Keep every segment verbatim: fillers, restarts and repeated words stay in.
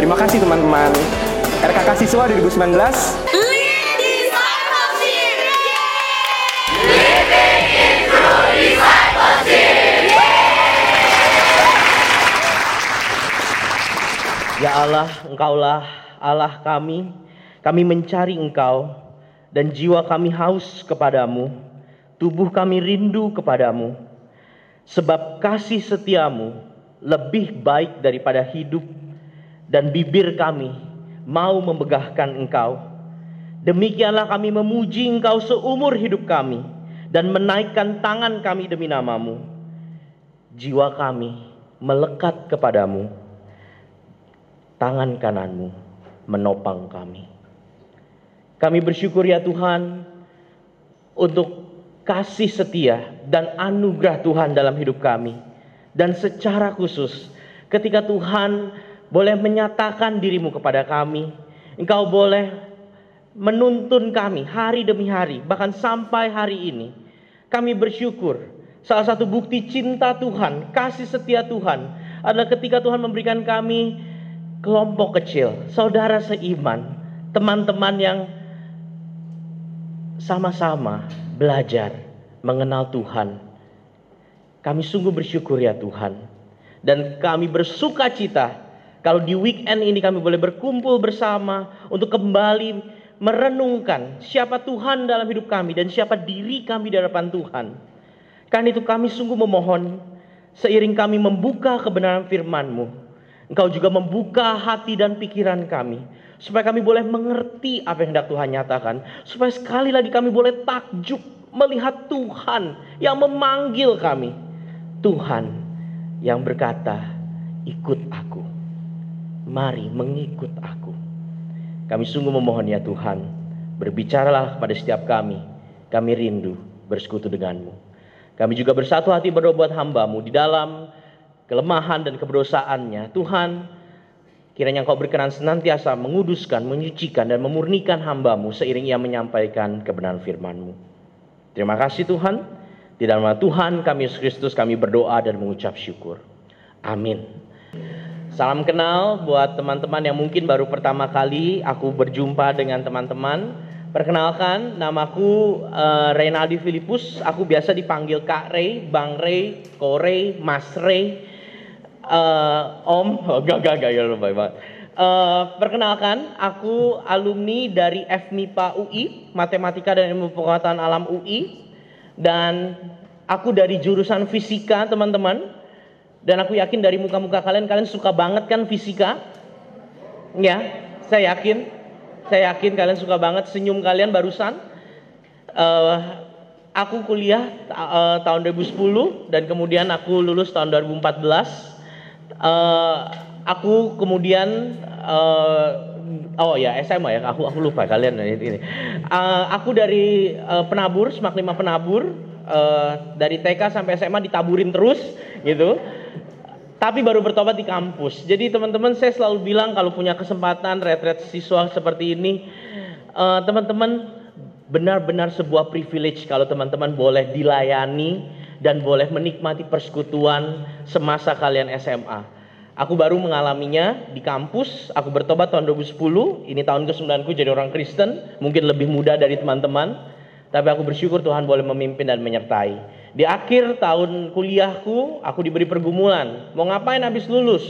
Terima kasih teman-teman. R K K Siswa dua ribu sembilan belas. Lead Discipleship! Living into Discipleship! Ya Allah, Engkaulah Allah kami. Kami mencari Engkau dan jiwa kami haus kepadamu. Tubuh kami rindu kepadamu. Sebab kasih setiamu lebih baik daripada hidup, dan bibir kami mau membegahkan Engkau. Demikianlah kami memuji Engkau seumur hidup kami dan menaikkan tangan kami demi namamu. Jiwa kami melekat kepadamu, tangan kananmu menopang kami. Kami bersyukur ya Tuhan untuk kasih setia dan anugerah Tuhan dalam hidup kami. Dan secara khusus ketika Tuhan boleh menyatakan dirimu kepada kami, Engkau boleh menuntun kami hari demi hari, bahkan sampai hari ini. Kami bersyukur salah satu bukti cinta Tuhan, kasih setia Tuhan adalah ketika Tuhan memberikan kami kelompok kecil, saudara seiman, teman-teman yang sama-sama belajar mengenal Tuhan. Kami sungguh bersyukur ya Tuhan. Dan kami bersuka cita kalau di weekend ini kami boleh berkumpul bersama untuk kembali merenungkan siapa Tuhan dalam hidup kami dan siapa diri kami di hadapan Tuhan. Karena itu kami sungguh memohon, seiring kami membuka kebenaran firman-Mu, Engkau juga membuka hati dan pikiran kami, supaya kami boleh mengerti apa yang hendak Tuhan nyatakan. Supaya sekali lagi kami boleh takjub melihat Tuhan yang memanggil kami. Tuhan yang berkata, ikut aku. Mari mengikut aku. Kami sungguh memohon ya Tuhan, berbicaralah kepada setiap kami. Kami rindu bersekutu denganmu. Kami juga bersatu hati berdoa buat hamba-Mu di dalam kelemahan dan keberdosaannya. Tuhan, kiranya Engkau berkenan senantiasa menguduskan, menyucikan dan memurnikan hamba-Mu seiring Ia menyampaikan kebenaran firman-Mu. Terima kasih Tuhan. Di dalam nama Tuhan kami Yesus Kristus kami berdoa dan mengucap syukur. Amin. Salam kenal buat teman-teman yang mungkin baru pertama kali aku berjumpa dengan teman-teman. Perkenalkan, namaku uh, Reynaldi Filipus. Aku biasa dipanggil Kak Rey, Bang Rey, Ko Rey, Mas Rey, uh, Om. Oh, gak, gak, gak, gak, baik banget. Uh, perkenalkan, aku alumni dari F M I P A U I, Matematika dan Ilmu Pengetahuan Alam U I. Dan aku dari jurusan fisika, teman-teman. Dan aku yakin dari muka-muka kalian, kalian suka banget kan fisika? Ya, saya yakin. Saya yakin kalian suka banget, senyum kalian barusan. Uh, aku kuliah uh, tahun dua ribu sepuluh dan kemudian aku lulus tahun dua ribu empat belas. Uh, aku kemudian uh, oh ya S M A ya, aku aku lupa kalian ini. Uh, aku dari uh, penabur, Semak lima penabur, uh, dari T K sampai S M A ditaburin terus gitu. Tapi baru bertobat di kampus. Jadi teman-teman, saya selalu bilang kalau punya kesempatan retret siswa seperti ini, uh, teman-teman, benar-benar sebuah privilege kalau teman-teman boleh dilayani dan boleh menikmati persekutuan semasa kalian S M A. Aku baru mengalaminya di kampus. Aku bertobat tahun dua ribu sepuluh. Ini tahun ke sembilan ku jadi orang Kristen. Mungkin lebih muda dari teman-teman. Tapi aku bersyukur Tuhan boleh memimpin dan menyertai. Di akhir tahun kuliahku, aku diberi pergumulan. Mau ngapain habis lulus?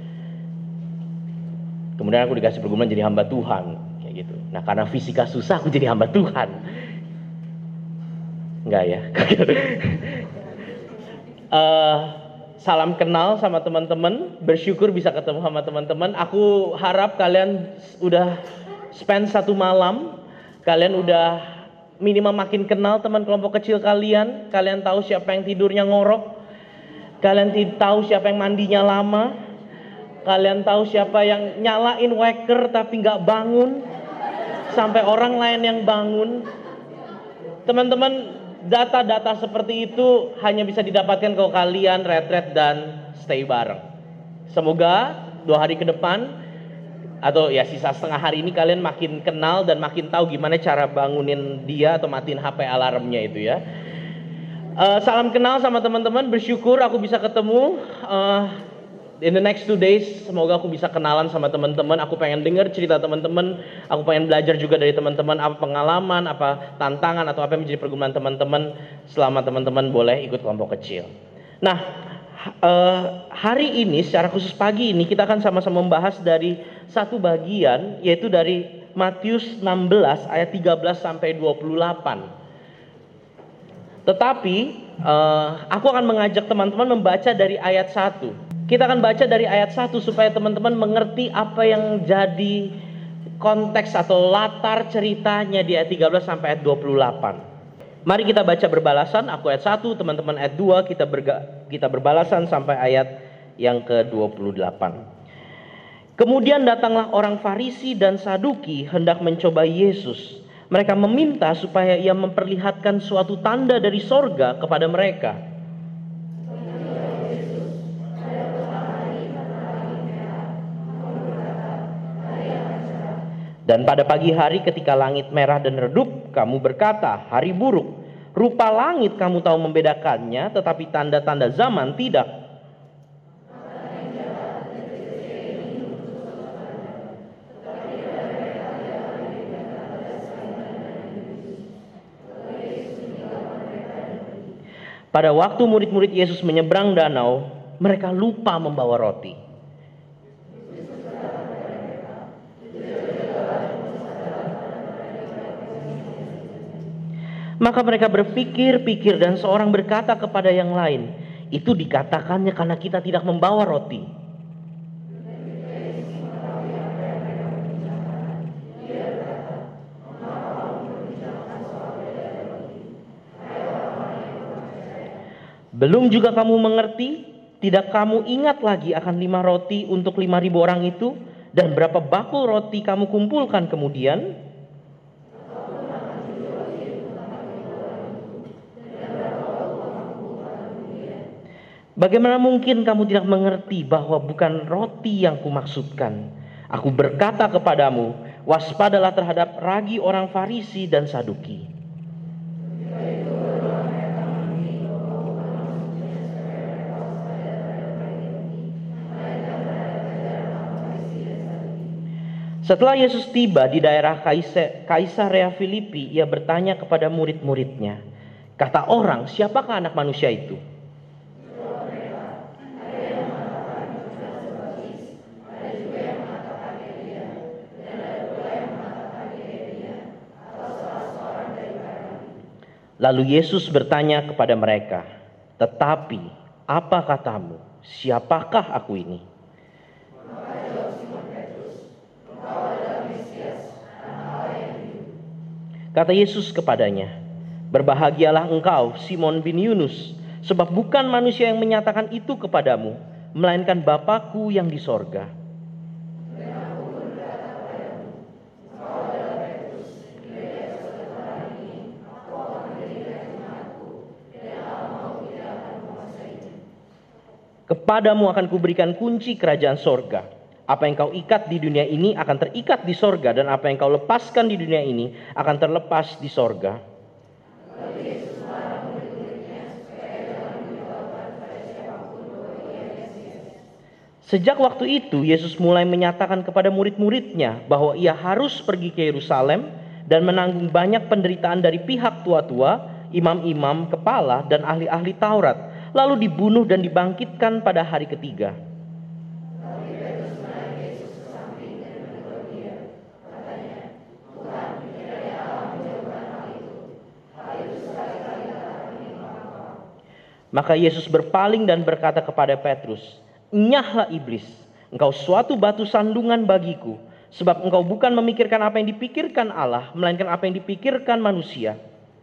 Kemudian aku dikasih pergumulan jadi hamba Tuhan. Kayak gitu. Nah, karena fisika susah, aku jadi hamba Tuhan. Enggak ya? uh, salam kenal sama teman-teman. Bersyukur bisa ketemu sama teman-teman. Aku harap kalian udah spend satu malam. Kalian udah minimal makin kenal teman kelompok kecil kalian. Kalian tahu siapa yang tidurnya ngorok. Kalian tahu siapa yang mandinya lama. Kalian tahu siapa yang nyalain waker tapi gak bangun. Sampai orang lain yang bangun. Teman-teman, data-data seperti itu hanya bisa didapatkan kalau kalian retret dan stay bareng. Semoga dua hari ke depan atau ya sisa setengah hari ini kalian makin kenal dan makin tahu gimana cara bangunin dia atau matiin H P alarmnya itu ya. Uh, salam kenal sama teman-teman, bersyukur aku bisa ketemu uh, in the next two days, semoga aku bisa kenalan sama teman-teman. Aku pengen dengar cerita teman-teman. Aku pengen belajar juga dari teman-teman apa pengalaman, apa tantangan atau apa yang menjadi pergumulan teman-teman selama teman-teman boleh ikut kelompok kecil. Nah, uh, hari ini secara khusus pagi ini kita akan sama-sama membahas dari satu bagian, yaitu dari Matius enam belas ayat tiga belas sampai dua puluh delapan. Tetapi uh, aku akan mengajak teman-teman membaca dari ayat satu. Kita akan baca dari ayat satu supaya teman-teman mengerti apa yang jadi konteks atau latar ceritanya di ayat tiga belas sampai ayat dua puluh delapan. Mari kita baca berbalasan, aku ayat satu, teman-teman ayat dua, kita berga, kita berbalasan sampai ayat yang ke dua puluh delapan. Kemudian datanglah orang Farisi dan Saduki hendak mencoba Yesus. Mereka meminta supaya ia memperlihatkan suatu tanda dari sorga kepada mereka. Dan pada pagi hari ketika langit merah dan redup, kamu berkata, hari buruk. Rupa langit kamu tahu membedakannya, tetapi tanda-tanda zaman tidak. Pada waktu murid-murid Yesus menyeberang danau, mereka lupa membawa roti. Maka mereka berpikir-pikir dan seorang berkata kepada yang lain, itu dikatakannya karena kita tidak membawa roti. Belum juga kamu mengerti, tidak kamu ingat lagi akan lima roti untuk lima ribu orang itu, dan berapa bakul roti kamu kumpulkan kemudian? Bagaimana mungkin kamu tidak mengerti bahwa bukan roti yang kumaksudkan? Aku berkata kepadamu, waspadalah terhadap ragi orang Farisi dan Saduki. Setelah Yesus tiba di daerah Kaisarea Filipi, ia bertanya kepada murid-muridnya, kata orang, siapakah anak manusia itu? Lalu Yesus bertanya kepada mereka, tetapi apa katamu, siapakah aku ini? Kata Yesus kepadanya, berbahagialah engkau Simon bin Yunus, sebab bukan manusia yang menyatakan itu kepadamu, melainkan Bapa-Ku yang di sorga. Kepadamu akan kuberikan kunci kerajaan sorga. Apa yang kau ikat di dunia ini akan terikat di sorga, dan apa yang kau lepaskan di dunia ini akan terlepas di sorga. Sejak waktu itu Yesus mulai menyatakan kepada murid-muridnya bahwa ia harus pergi ke Yerusalem dan menanggung banyak penderitaan dari pihak tua-tua, imam-imam, kepala, dan ahli-ahli Taurat, lalu dibunuh dan dibangkitkan pada hari ketiga. Maka Yesus berpaling dan berkata kepada Petrus, enyahlah iblis, engkau suatu batu sandungan bagiku, sebab engkau bukan memikirkan apa yang dipikirkan Allah, melainkan apa yang dipikirkan manusia.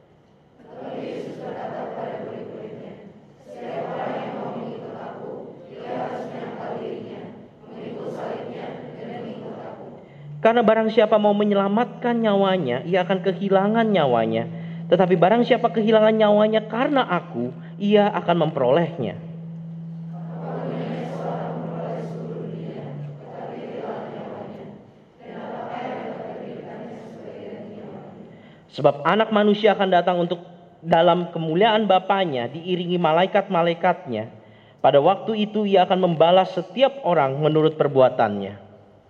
Karena barang siapa mau menyelamatkan nyawanya, ia akan kehilangan nyawanya. Tetapi barang siapa kehilangan nyawanya karena aku, ia akan memperolehnya. Sebab anak manusia akan datang untuk dalam kemuliaan Bapanya, diiringi malaikat-malaikatnya. Pada waktu itu ia akan membalas setiap orang menurut perbuatannya.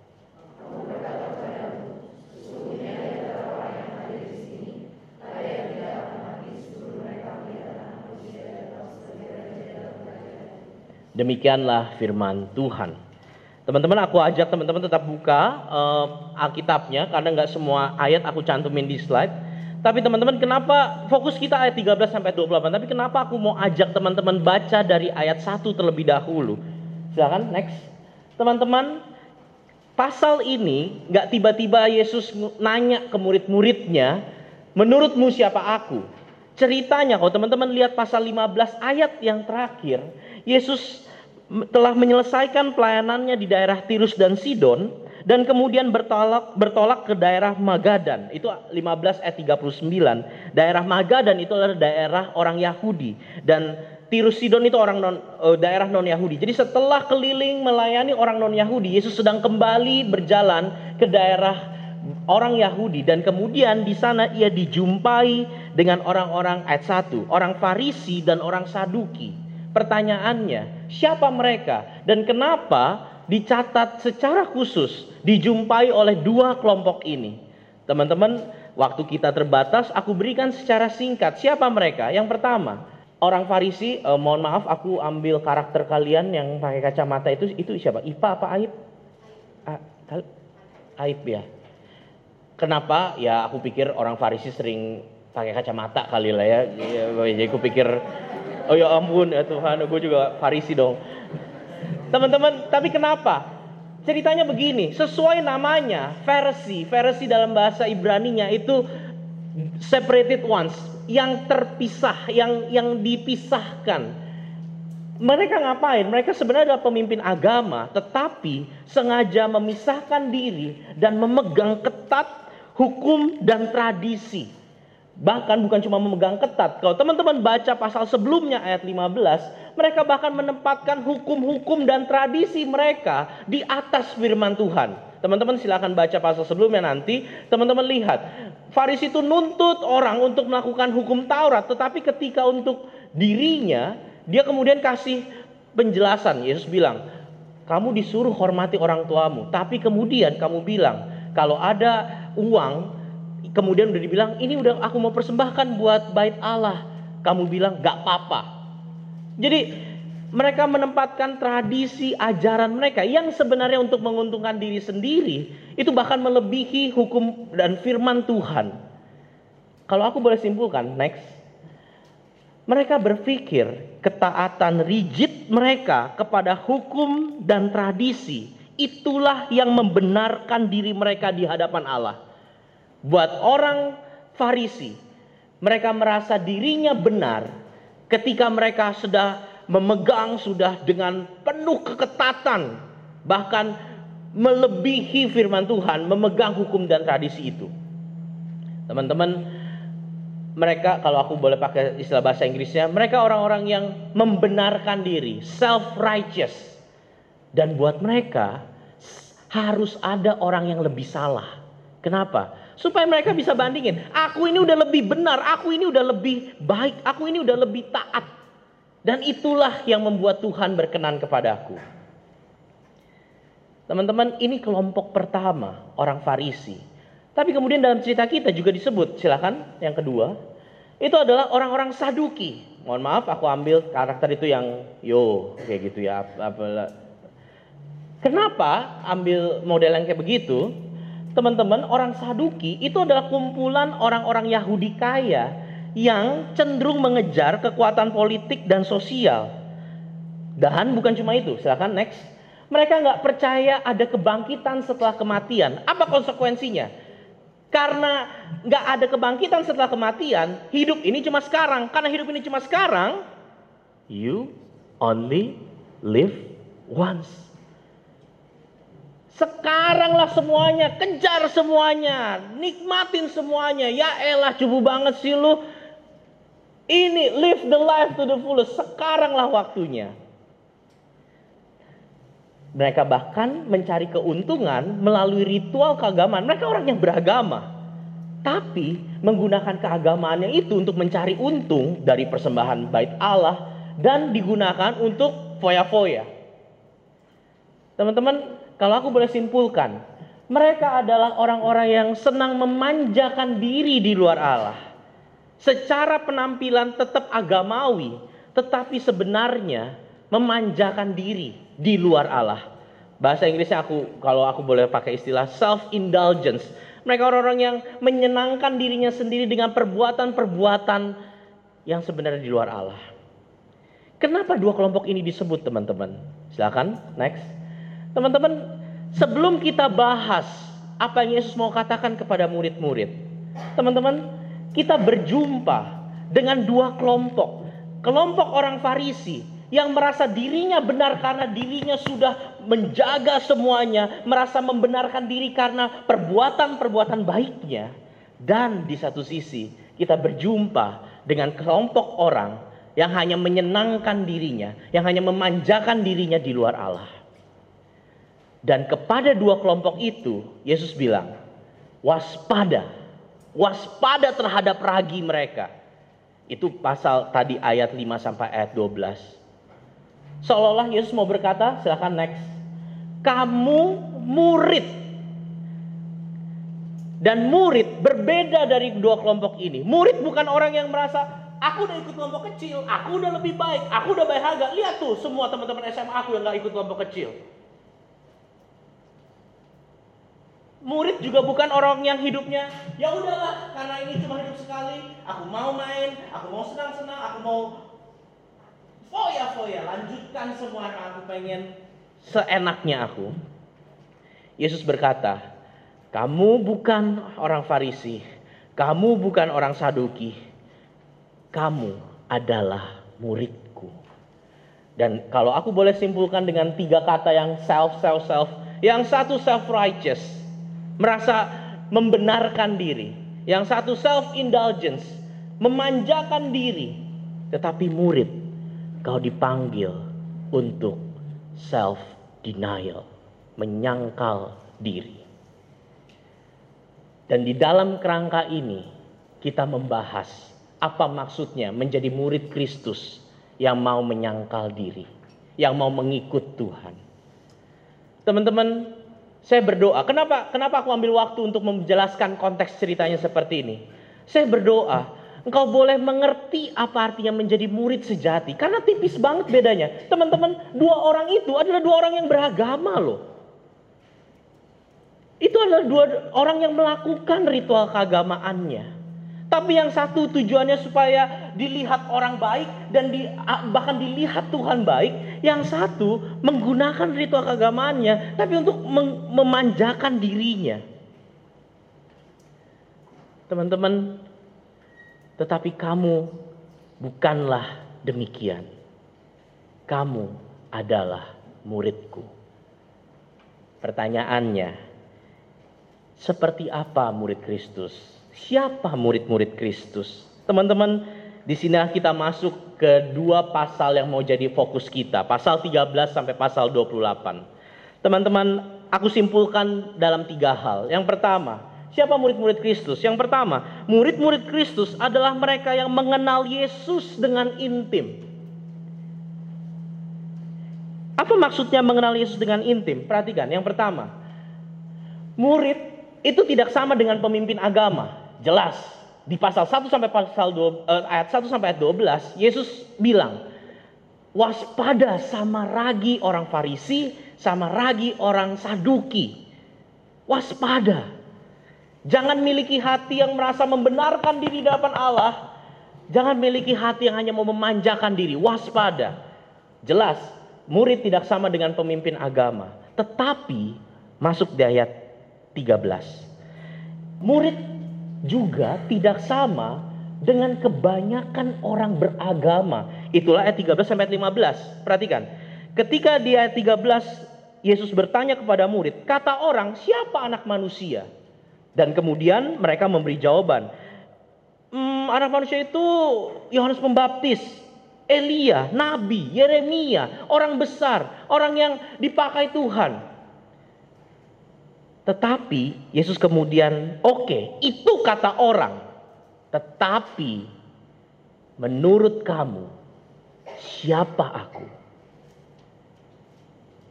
Demikianlah firman Tuhan. Teman-teman, aku ajak teman-teman tetap buka uh, Alkitabnya, karena nggak semua ayat aku cantumin di slide. Tapi teman-teman, kenapa fokus kita ayat tiga belas sampai dua puluh delapan? Tapi kenapa aku mau ajak teman-teman baca dari ayat satu terlebih dahulu? Silakan next. Teman-teman, pasal ini nggak tiba-tiba Yesus nanya ke murid-muridnya, menurutmu siapa aku? Ceritanya, kalau teman-teman lihat pasal lima belas ayat yang terakhir, Yesus telah menyelesaikan pelayanannya di daerah Tirus dan Sidon, dan kemudian bertolak bertolak ke daerah Magadan. Itu lima belas ayat tiga puluh sembilan. Daerah Magadan itu adalah daerah orang Yahudi, dan Tirus Sidon itu orang non, daerah non Yahudi. Jadi setelah keliling melayani orang non Yahudi, Yesus sedang kembali berjalan ke daerah orang Yahudi, dan kemudian di sana ia dijumpai dengan orang-orang ayat satu, orang Farisi dan orang Saduki. Pertanyaannya, siapa mereka dan kenapa dicatat secara khusus dijumpai oleh dua kelompok ini? Teman-teman, waktu kita terbatas, aku berikan secara singkat siapa mereka. Yang pertama, orang Farisi. eh, mohon maaf, aku ambil karakter kalian yang pakai kacamata itu. Itu siapa? Ipa apa Aib? A- Aib ya. Kenapa? Ya aku pikir orang Farisi sering pakai kacamata kali lah ya. Jadi aku pikir, oh ya ampun ya Tuhan, gue juga Farisi dong. Teman-teman, tapi kenapa? Ceritanya begini, sesuai namanya, Farisi. Farisi dalam bahasa Ibraninya itu separated ones, yang terpisah, yang yang dipisahkan. Mereka ngapain? Mereka sebenarnya adalah pemimpin agama, tetapi sengaja memisahkan diri dan memegang ketat hukum dan tradisi. Bahkan bukan cuma memegang ketat. Kalau teman-teman baca pasal sebelumnya ayat lima belas, mereka bahkan menempatkan hukum-hukum dan tradisi mereka di atas firman Tuhan. Teman-teman silakan baca pasal sebelumnya nanti. Teman-teman lihat, Farisi itu nuntut orang untuk melakukan hukum Taurat, tetapi ketika untuk dirinya, dia kemudian kasih penjelasan. Yesus bilang, kamu disuruh hormati orang tuamu, tapi kemudian kamu bilang, kalau ada uang, kemudian udah dibilang, ini udah aku mau persembahkan buat bait Allah, kamu bilang gak apa-apa. Jadi mereka menempatkan tradisi ajaran mereka yang sebenarnya untuk menguntungkan diri sendiri, itu bahkan melebihi hukum dan firman Tuhan. Kalau aku boleh simpulkan, next, mereka berpikir ketaatan rigid mereka kepada hukum dan tradisi itulah yang membenarkan diri mereka di hadapan Allah. Buat orang Farisi, mereka merasa dirinya benar ketika mereka sudah memegang sudah dengan penuh keketatan, bahkan melebihi firman Tuhan, memegang hukum dan tradisi itu. Teman-teman, mereka, kalau aku boleh pakai istilah bahasa Inggrisnya, mereka orang-orang yang membenarkan diri, self-righteous. Dan buat mereka harus ada orang yang lebih salah. Kenapa? Supaya mereka bisa bandingin, aku ini udah lebih benar, aku ini udah lebih baik, aku ini udah lebih taat. Dan itulah yang membuat Tuhan berkenan kepadaku. Teman-teman, ini kelompok pertama, orang Farisi. Tapi kemudian dalam cerita kita juga disebut, silakan yang kedua, itu adalah orang-orang Saduki. Mohon maaf, aku ambil karakter itu yang yo kayak gitu ya. Kenapa ambil model yang kayak begitu? Teman-teman, orang Saduki itu adalah kumpulan orang-orang Yahudi kaya yang cenderung mengejar kekuatan politik dan sosial. Dan bukan cuma itu, silakan next. Mereka nggak percaya ada kebangkitan setelah kematian. Apa konsekuensinya? Karena nggak ada kebangkitan setelah kematian, hidup ini cuma sekarang. Karena hidup ini cuma sekarang, you only live once. Sekaranglah semuanya, kejar semuanya, nikmatin semuanya. Ya elah, cubu banget sih lu. Ini live the life to the fullest. Sekaranglah waktunya. Mereka bahkan mencari keuntungan melalui ritual keagamaan. Mereka orang yang beragama, tapi menggunakan keagamaannya itu untuk mencari untung dari persembahan bait Allah, dan digunakan untuk foya-foya. Teman-teman, kalau aku boleh simpulkan, mereka adalah orang-orang yang senang memanjakan diri di luar Allah. Secara penampilan tetap agamawi, tetapi sebenarnya memanjakan diri di luar Allah. Bahasa Inggrisnya aku, kalau aku boleh pakai istilah self-indulgence. Mereka orang-orang yang menyenangkan dirinya sendiri dengan perbuatan-perbuatan yang sebenarnya di luar Allah. Kenapa dua kelompok ini disebut, teman-teman? Silakan, next. Teman-teman, sebelum kita bahas apa yang Yesus mau katakan kepada murid-murid, teman-teman, kita berjumpa dengan dua kelompok. Kelompok orang Farisi yang merasa dirinya benar karena dirinya sudah menjaga semuanya, merasa membenarkan diri karena perbuatan-perbuatan baiknya. Dan di satu sisi kita berjumpa dengan kelompok orang yang hanya menyenangkan dirinya, yang hanya memanjakan dirinya di luar Allah. Dan kepada dua kelompok itu Yesus bilang, waspada, waspada terhadap ragi mereka. Itu pasal tadi ayat lima sampai ayat dua belas. Seolah-olah Yesus mau berkata, silakan next. Kamu murid. Dan murid berbeda dari dua kelompok ini. Murid bukan orang yang merasa, aku udah ikut kelompok kecil, aku udah lebih baik, aku udah baik harga. Lihat tuh semua teman-teman S M A aku yang gak ikut kelompok kecil. Murid juga bukan orang yang hidupnya, ya udahlah karena ini cuma hidup sekali, aku mau main, aku mau senang-senang, aku mau foya-foya, lanjutkan semua yang aku pengen seenaknya aku. Yesus berkata, kamu bukan orang Farisi, kamu bukan orang Saduki, kamu adalah muridku. Dan kalau aku boleh simpulkan dengan tiga kata yang self, self, self. Yang satu self-righteous, merasa membenarkan diri. Yang satu self-indulgence, memanjakan diri. Tetapi murid, kau dipanggil untuk self-denial, menyangkal diri. Dan di dalam kerangka ini, kita membahas apa maksudnya menjadi murid Kristus yang mau menyangkal diri, yang mau mengikut Tuhan. Teman-teman, saya berdoa. Kenapa? Kenapa aku ambil waktu untuk menjelaskan konteks ceritanya seperti ini? Saya berdoa, engkau boleh mengerti apa artinya menjadi murid sejati. Karena tipis banget bedanya. Teman-teman, dua orang itu adalah dua orang yang beragama loh. Itu adalah dua orang yang melakukan ritual keagamaannya. Tapi yang satu tujuannya supaya dilihat orang baik dan di, bahkan dilihat Tuhan baik. Yang satu menggunakan ritual keagamaannya tapi untuk mem- memanjakan dirinya. Teman-teman, tetapi kamu bukanlah demikian. Kamu adalah muridku. Pertanyaannya, seperti apa murid Kristus? Siapa murid-murid Kristus? Teman-teman, di sini kita masuk ke dua pasal yang mau jadi fokus kita. Pasal tiga belas sampai pasal dua puluh delapan. Teman-teman, aku simpulkan dalam tiga hal. Yang pertama, siapa murid-murid Kristus? Yang pertama, murid-murid Kristus adalah mereka yang mengenal Yesus dengan intim. Apa maksudnya mengenal Yesus dengan intim? Perhatikan, yang pertama, murid itu tidak sama dengan pemimpin agama. Jelas di pasal satu sampai pasal dua, eh, ayat satu sampai ayat dua belas, Yesus bilang, waspada sama ragi orang Farisi, sama ragi orang Saduki. Waspada. Jangan miliki hati yang merasa membenarkan diri di hadapan Allah. Jangan miliki hati yang hanya mau memanjakan diri. Waspada. Jelas, murid tidak sama dengan pemimpin agama. Tetapi masuk di ayat tiga belas. Murid juga tidak sama dengan kebanyakan orang beragama. Itulah ayat tiga belas sampai lima belas. Perhatikan. Ketika di ayat tiga belas Yesus bertanya kepada murid, kata orang, siapa anak manusia? Dan kemudian mereka memberi jawaban. Hmm, anak manusia itu Yohanes Pembaptis, Elia, Nabi, Yeremia, orang besar, orang yang dipakai Tuhan. Tetapi Yesus kemudian, oke, okay, itu kata orang. Tetapi menurut kamu, siapa aku?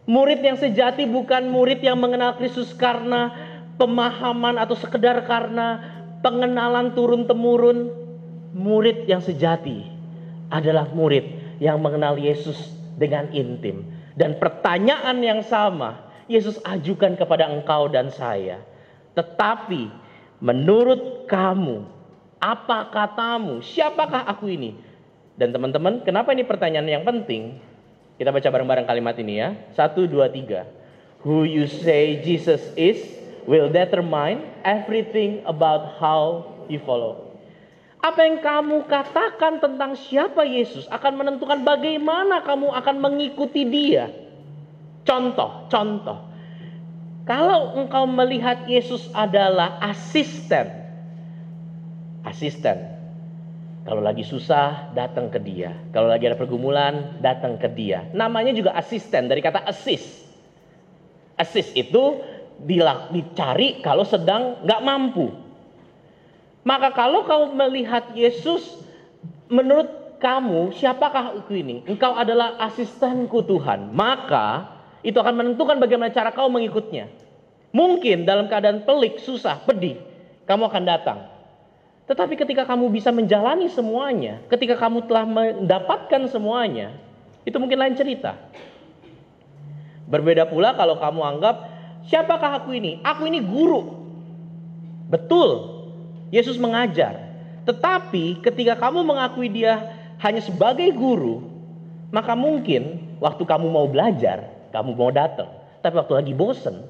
Murid yang sejati bukan murid yang mengenal Kristus karena pemahaman atau sekedar karena pengenalan turun-temurun. Murid yang sejati adalah murid yang mengenal Yesus dengan intim. Dan pertanyaan yang sama Yesus ajukan kepada engkau dan saya. Tetapi menurut kamu, apa katamu? Siapakah aku ini? Dan teman-teman, kenapa ini pertanyaan yang penting? Kita baca bareng-bareng kalimat ini ya. Satu, dua, tiga. Who you say Jesus is will determine everything about how you follow. Apa yang kamu katakan tentang siapa Yesus akan menentukan bagaimana kamu akan mengikuti dia. Contoh, contoh. Kalau engkau melihat Yesus adalah asisten. Asisten. Kalau lagi susah, datang ke dia. Kalau lagi ada pergumulan, datang ke dia. Namanya juga asisten, dari kata assist. Assist itu dicari kalau sedang nggak mampu. Maka kalau kau melihat Yesus, menurut kamu, siapakah aku ini? Engkau adalah asistenku Tuhan. Maka itu akan menentukan bagaimana cara kau mengikutnya. Mungkin dalam keadaan pelik, susah, pedih, kamu akan datang. Tetapi ketika kamu bisa menjalani semuanya, ketika kamu telah mendapatkan semuanya, itu mungkin lain cerita. Berbeda pula kalau kamu anggap, siapakah aku ini? Aku ini guru. Betul, Yesus mengajar. Tetapi ketika kamu mengakui dia hanya sebagai guru, maka mungkin waktu kamu mau belajar, kamu mau datang. Tapi waktu lagi bosen,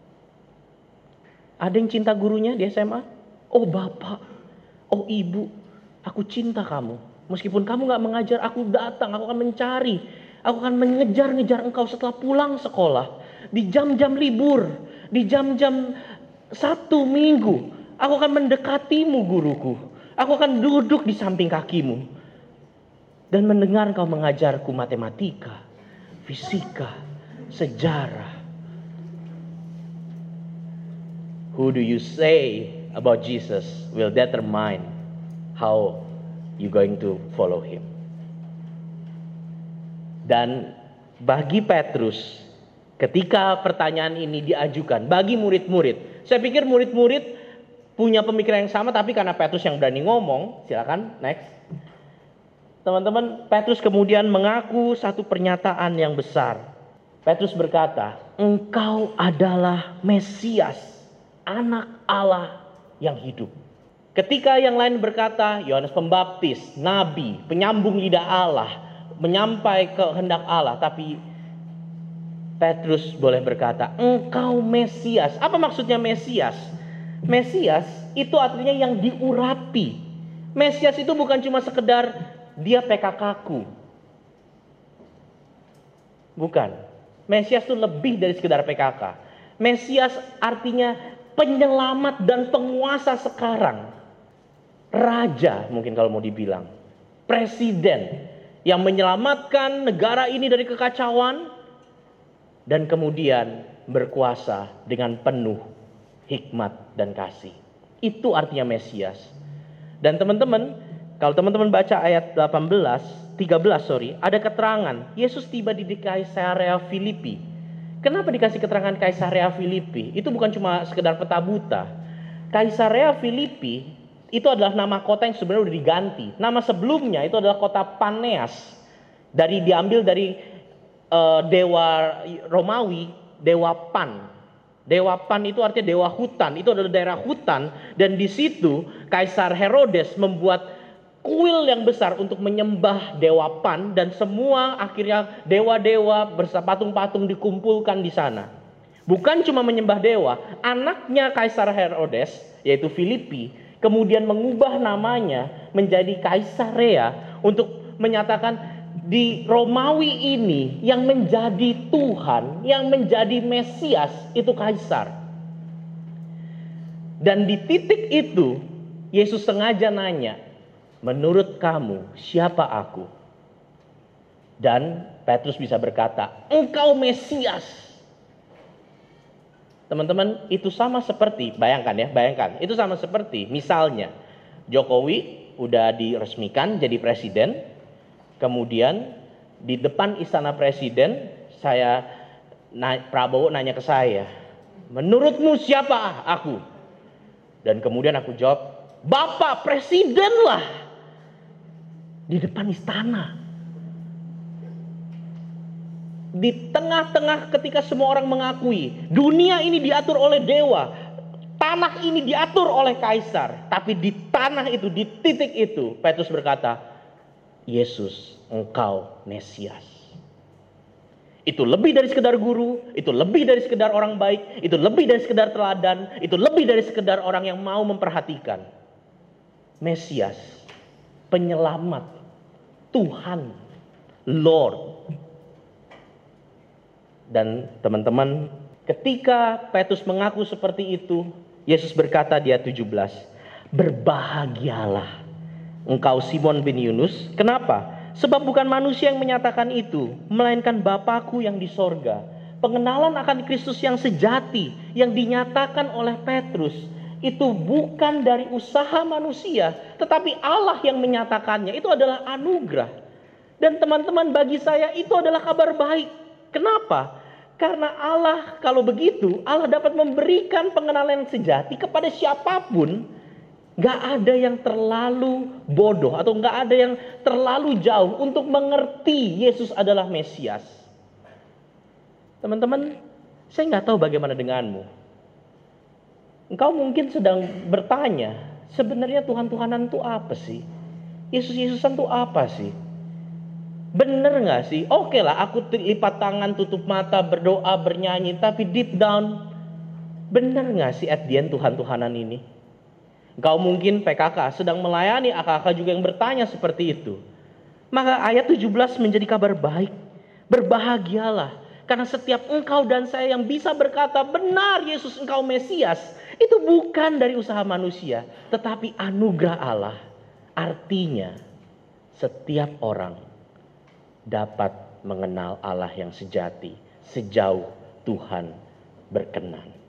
ada yang cinta gurunya di S M A? Oh bapak, oh ibu, aku cinta kamu. Meskipun kamu gak mengajar, aku datang, aku akan mencari. Aku akan mengejar-ngejar engkau setelah pulang sekolah. Di jam-jam libur, di jam-jam satu minggu. Aku akan mendekatimu guruku. Aku akan duduk di samping kakimu. Dan mendengar engkau mengajarku matematika, fisika, sejarah. Who do you say about Jesus will determine how you going to follow him. Dan bagi Petrus, ketika pertanyaan ini diajukan bagi murid-murid, saya pikir murid-murid punya pemikiran yang sama, tapi karena Petrus yang berani ngomong, silakan next. Teman-teman, Petrus kemudian mengaku satu pernyataan yang besar. Petrus berkata, engkau adalah Mesias, anak Allah yang hidup. Ketika yang lain berkata, Yohanes Pembaptis, nabi, penyambung lidah Allah, menyampai kehendak Allah, tapi Petrus boleh berkata, engkau Mesias. Apa maksudnya Mesias? Mesias itu artinya yang diurapi. Mesias itu bukan cuma sekedar dia P K K-ku. Bukan. Mesias itu lebih dari sekedar P K K. Mesias artinya penyelamat dan penguasa sekarang. Raja mungkin kalau mau dibilang. Presiden yang menyelamatkan negara ini dari kekacauan. Dan kemudian berkuasa dengan penuh hikmat dan kasih. Itu artinya Mesias. Dan teman-teman, kalau teman-teman baca ayat delapan belas, tiga belas sorry. Ada keterangan Yesus tiba di Kaisarea Filipi. Kenapa dikasih keterangan Kaisarea Filipi? Itu bukan cuma sekedar peta buta. Kaisarea Filipi itu adalah nama kota yang sebenarnya sudah diganti. Nama sebelumnya itu adalah kota Paneas. Dari diambil dari uh, dewa Romawi, dewa Pan. Dewa Pan itu artinya dewa hutan. Itu adalah daerah hutan. Dan di situ Kaisar Herodes membuat kuil yang besar untuk menyembah dewa Pan, dan semua akhirnya dewa-dewa bersama patung-patung dikumpulkan di sana. Bukan cuma menyembah dewa, anaknya Kaisar Herodes yaitu Filipi kemudian mengubah namanya menjadi Kaisarea untuk menyatakan di Romawi ini yang menjadi Tuhan, yang menjadi Mesias itu Kaisar. Dan di titik itu Yesus sengaja nanya, menurut kamu siapa aku? Dan Petrus bisa berkata, engkau Mesias. Teman-teman, itu sama seperti, bayangkan ya, bayangkan. Itu sama seperti, misalnya, Jokowi udah diresmikan jadi presiden. Kemudian di depan istana presiden, saya Nah, Prabowo nanya ke saya, menurutmu siapa aku? Dan kemudian aku jawab, Bapak Presiden lah. Di depan istana. Di tengah-tengah ketika semua orang mengakui dunia ini diatur oleh dewa, tanah ini diatur oleh kaisar, tapi di tanah itu, di titik itu, Petrus berkata, Yesus, engkau Mesias. Itu lebih dari sekedar guru, itu lebih dari sekedar orang baik, itu lebih dari sekedar teladan, itu lebih dari sekedar orang yang mau memperhatikan. Mesias, penyelamat, Tuhan, Lord. Dan teman-teman, ketika Petrus mengaku seperti itu, Yesus berkata di ayat tujuh belas, berbahagialah engkau Simon bin Yunus. Kenapa? Sebab bukan manusia yang menyatakan itu, melainkan Bapakku yang di sorga. Pengenalan akan Kristus yang sejati, yang dinyatakan oleh Petrus, itu bukan dari usaha manusia, tetapi Allah yang menyatakannya. Itu adalah anugerah. Dan teman-teman, bagi saya itu adalah kabar baik. Kenapa? Karena Allah, kalau begitu, Allah dapat memberikan pengenalan yang sejati kepada siapapun. Gak ada yang terlalu bodoh atau gak ada yang terlalu jauh untuk mengerti Yesus adalah Mesias. Teman-teman, saya gak tahu bagaimana denganmu. Engkau mungkin sedang bertanya, sebenarnya Tuhan-Tuhanan itu apa sih? Yesus-Yesusan itu apa sih? Bener gak sih? Oke lah, aku lipat tangan, tutup mata, berdoa, bernyanyi, tapi deep down, bener gak sih at the end Tuhan-Tuhanan ini? Engkau mungkin P K K sedang melayani A K K juga yang bertanya seperti itu. Maka ayat tujuh belas menjadi kabar baik. Berbahagialah karena setiap engkau dan saya yang bisa berkata benar Yesus engkau Mesias, itu bukan dari usaha manusia, tetapi anugerah Allah. Artinya setiap orang dapat mengenal Allah yang sejati sejauh Tuhan berkenan.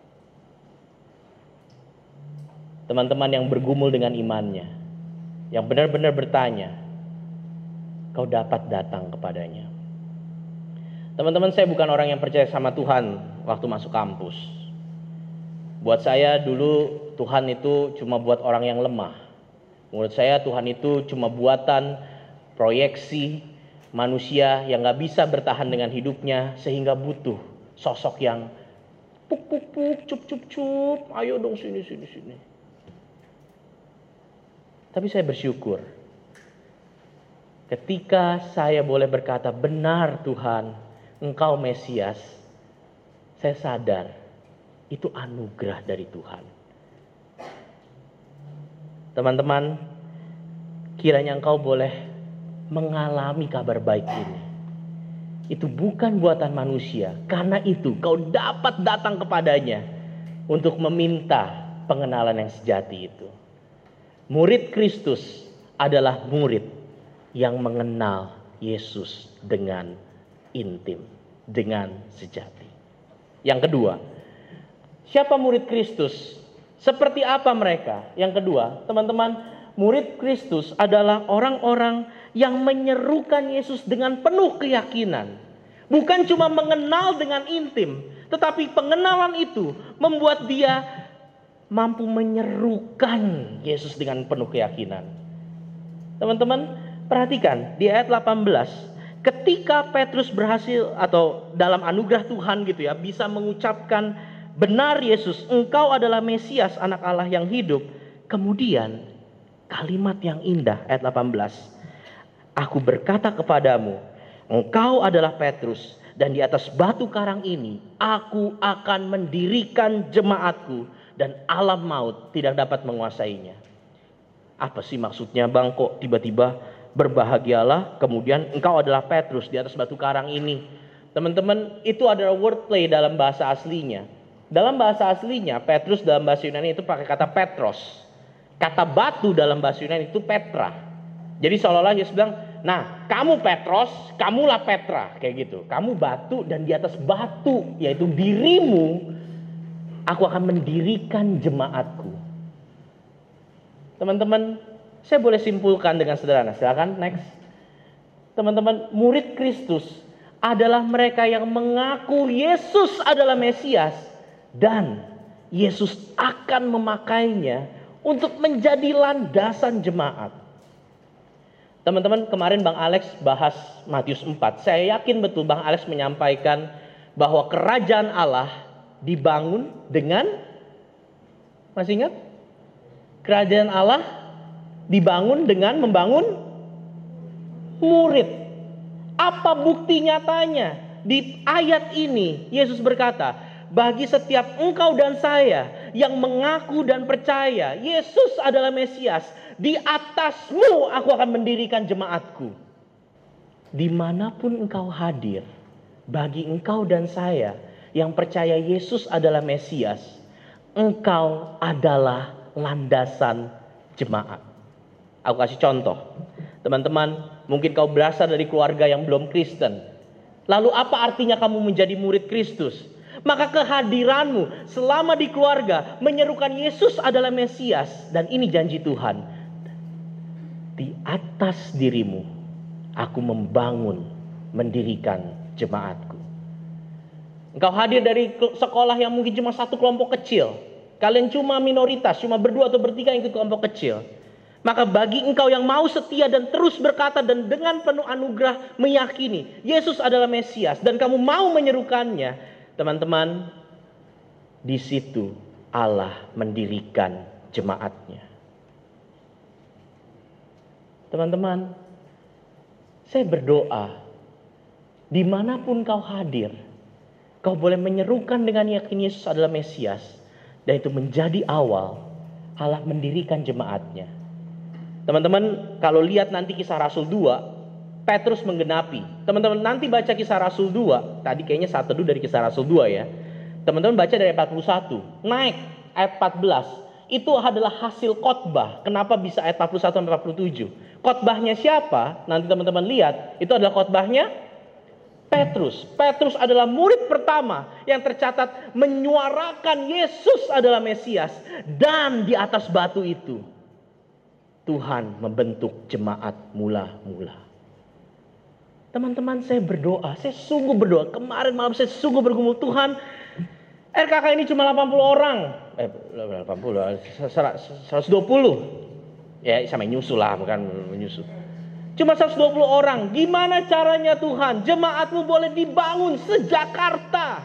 Teman-teman yang bergumul dengan imannya, yang benar-benar bertanya, kau dapat datang kepadanya. Teman-teman, saya bukan orang yang percaya sama Tuhan waktu masuk kampus. Buat saya dulu Tuhan itu cuma buat orang yang lemah. Menurut saya Tuhan itu cuma buatan proyeksi manusia yang gak bisa bertahan dengan hidupnya, sehingga butuh sosok yang puk puk puk, cup cup cup, ayo dong sini sini sini. Tapi saya bersyukur ketika saya boleh berkata benar Tuhan, engkau Mesias. Saya sadar itu anugerah dari Tuhan. Teman-teman, kiranya engkau boleh mengalami kabar baik ini. Itu bukan buatan manusia. Karena itu kau dapat datang kepadanya untuk meminta pengenalan yang sejati itu. Murid Kristus adalah murid yang mengenal Yesus dengan intim, dengan sejati. Yang kedua, siapa murid Kristus? Seperti apa mereka? Yang kedua, teman-teman, murid Kristus adalah orang-orang yang menyerukan Yesus dengan penuh keyakinan. Bukan cuma mengenal dengan intim, tetapi pengenalan itu membuat dia mampu menyerukan Yesus dengan penuh keyakinan. Teman-teman, perhatikan di ayat delapan belas. Ketika Petrus berhasil atau dalam anugerah Tuhan gitu ya, bisa mengucapkan benar Yesus, engkau adalah Mesias, anak Allah yang hidup. Kemudian kalimat yang indah ayat delapan belas. Aku berkata kepadamu, engkau adalah Petrus, dan di atas batu karang ini aku akan mendirikan jemaatku, dan alam maut tidak dapat menguasainya. Apa sih maksudnya bang, kok tiba-tiba berbahagialah, kemudian engkau adalah Petrus di atas batu karang ini? Teman-teman, itu adalah wordplay dalam bahasa aslinya. Dalam bahasa aslinya, Petrus dalam bahasa Yunani itu pakai kata Petros. Kata batu dalam bahasa Yunani itu Petra. Jadi seolah-olah Yesus bilang, nah kamu Petros, kamulah Petra, kayak gitu. Kamu batu, dan di atas batu, yaitu dirimu, aku akan mendirikan jemaatku. Teman-teman, saya boleh simpulkan dengan sederhana. Silakan next. Teman-teman, murid Kristus adalah mereka yang mengaku Yesus adalah Mesias dan Yesus akan memakainya untuk menjadi landasan jemaat. Teman-teman, kemarin Bang Alex bahas Matius empat. Saya yakin betul Bang Alex menyampaikan bahwa kerajaan Allah dibangun dengan, masih ingat? Kerajaan Allah dibangun dengan membangun murid. Apa bukti nyatanya? Di ayat ini Yesus berkata, bagi setiap engkau dan saya yang mengaku dan percaya Yesus adalah Mesias, di atasmu aku akan mendirikan jemaatku. Dimanapun engkau hadir, bagi engkau dan saya yang percaya Yesus adalah Mesias, engkau adalah landasan jemaat. Aku kasih contoh. Teman-teman, mungkin kau berasal dari keluarga yang belum Kristen. Lalu apa artinya kamu menjadi murid Kristus? Maka kehadiranmu selama di keluarga menyerukan Yesus adalah Mesias. Dan ini janji Tuhan. Di atas dirimu aku membangun, mendirikan jemaatku. Engkau hadir dari sekolah yang mungkin cuma satu kelompok kecil. Kalian cuma minoritas, cuma berdua atau bertiga yang ikut kelompok kecil. Maka bagi engkau yang mau setia dan terus berkata dan dengan penuh anugerah meyakini Yesus adalah Mesias dan kamu mau menyerukannya, teman-teman, di situ Allah mendirikan jemaatnya. Teman-teman, saya berdoa dimanapun kau hadir, kau boleh menyerukan dengan yakin Yesus adalah Mesias, dan itu menjadi awal Allah mendirikan jemaatnya. Teman-teman, kalau lihat nanti Kisah Rasul dua, Petrus menggenapi. Teman-teman nanti baca Kisah Rasul dua, tadi kayaknya saat teduh dari Kisah Rasul dua ya. Teman-teman baca dari ayat empat puluh satu, naik ayat empat belas. Itu adalah hasil khotbah. Kenapa bisa ayat empat puluh satu sampai empat puluh tujuh? Khotbahnya siapa? Nanti teman-teman lihat, itu adalah khotbahnya Petrus. Petrus adalah murid pertama yang tercatat menyuarakan Yesus adalah Mesias. Dan di atas batu itu Tuhan membentuk jemaat mula-mula. Teman-teman, saya berdoa, saya sungguh berdoa. Kemarin malam saya sungguh bergumul, Tuhan, R K K ini cuma delapan puluh orang. Eh, delapan puluh, seratus dua puluh. Ya, sama nyusul lah, bukan menyusul. Cuma seratus dua puluh orang. Gimana caranya Tuhan? Jemaatmu boleh dibangun se-Jakarta.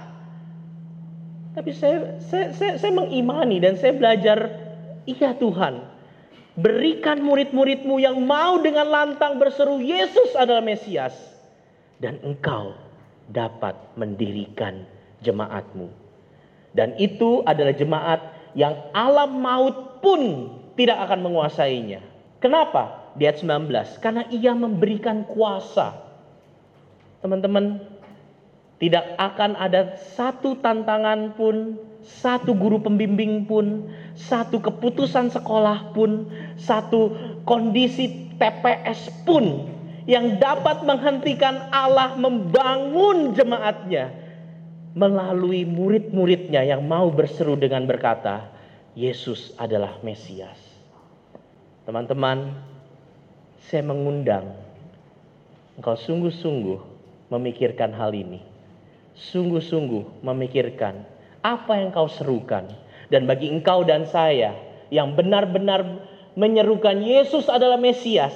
Tapi saya, saya, saya, saya mengimani dan saya belajar, iya Tuhan, berikan murid-muridmu yang mau dengan lantang berseru Yesus adalah Mesias. Dan engkau dapat mendirikan jemaatmu. Dan itu adalah jemaat yang alam maut pun tidak akan menguasainya. Kenapa? Di ayat sembilan belas. Karena ia memberikan kuasa. Teman-teman, tidak akan ada satu tantangan pun, satu guru pembimbing pun, satu keputusan sekolah pun, satu kondisi T P S pun yang dapat menghentikan Allah membangun jemaatnya melalui murid-muridnya yang mau berseru dengan berkata, Yesus adalah Mesias. Teman-teman, saya mengundang engkau sungguh-sungguh memikirkan hal ini. Sungguh-sungguh memikirkan apa yang kau serukan. Dan bagi engkau dan saya yang benar-benar menyerukan Yesus adalah Mesias,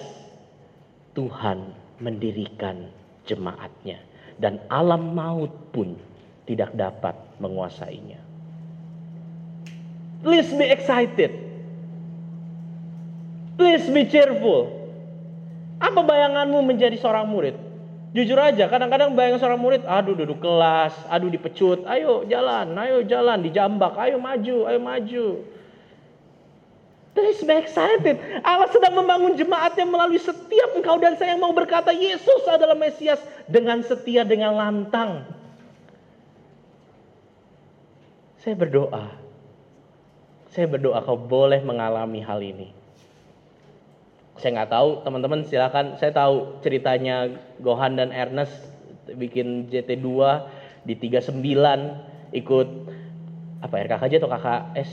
Tuhan mendirikan jemaatnya. Dan alam maut pun tidak dapat menguasainya. Please be excited. Please be cheerful. Apa bayanganmu menjadi seorang murid? Jujur aja, kadang-kadang bayangan seorang murid, aduh duduk kelas, aduh dipecut, ayo jalan, ayo jalan, dijambak, ayo maju, ayo maju. Please be excited. Allah sedang membangun jemaatnya melalui setiap engkau dan saya yang mau berkata Yesus adalah Mesias dengan setia, dengan lantang. Saya berdoa, saya berdoa kau boleh mengalami hal ini. Saya nggak tahu, teman-teman silakan. Saya tahu ceritanya Gohan dan Ernest bikin J T dua di tiga puluh sembilan, ikut apa R K K J atau K K S?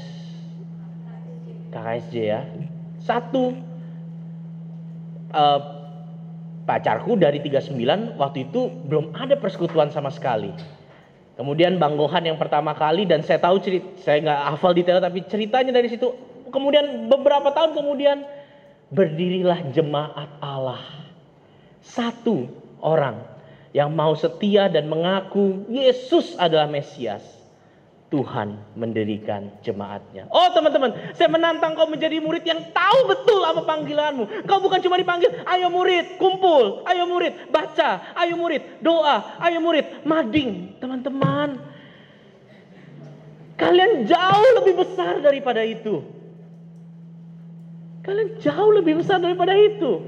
K K S J ya. Satu uh, pacarku dari tiga puluh sembilan waktu itu belum ada persekutuan sama sekali. Kemudian Bang Gohan yang pertama kali, dan saya tahu cerita, saya nggak hafal detail tapi ceritanya dari situ. Kemudian beberapa tahun kemudian berdirilah jemaat Allah. Satu orang yang mau setia dan mengaku Yesus adalah Mesias. Tuhan mendirikan jemaatnya. Oh teman-teman, saya menantang kau menjadi murid yang tahu betul apa panggilanmu. Kau bukan cuma dipanggil, ayo murid, kumpul, ayo murid, baca, ayo murid, doa, ayo murid, mading. Teman-teman, kalian jauh lebih besar daripada itu. Kalian jauh lebih besar daripada itu.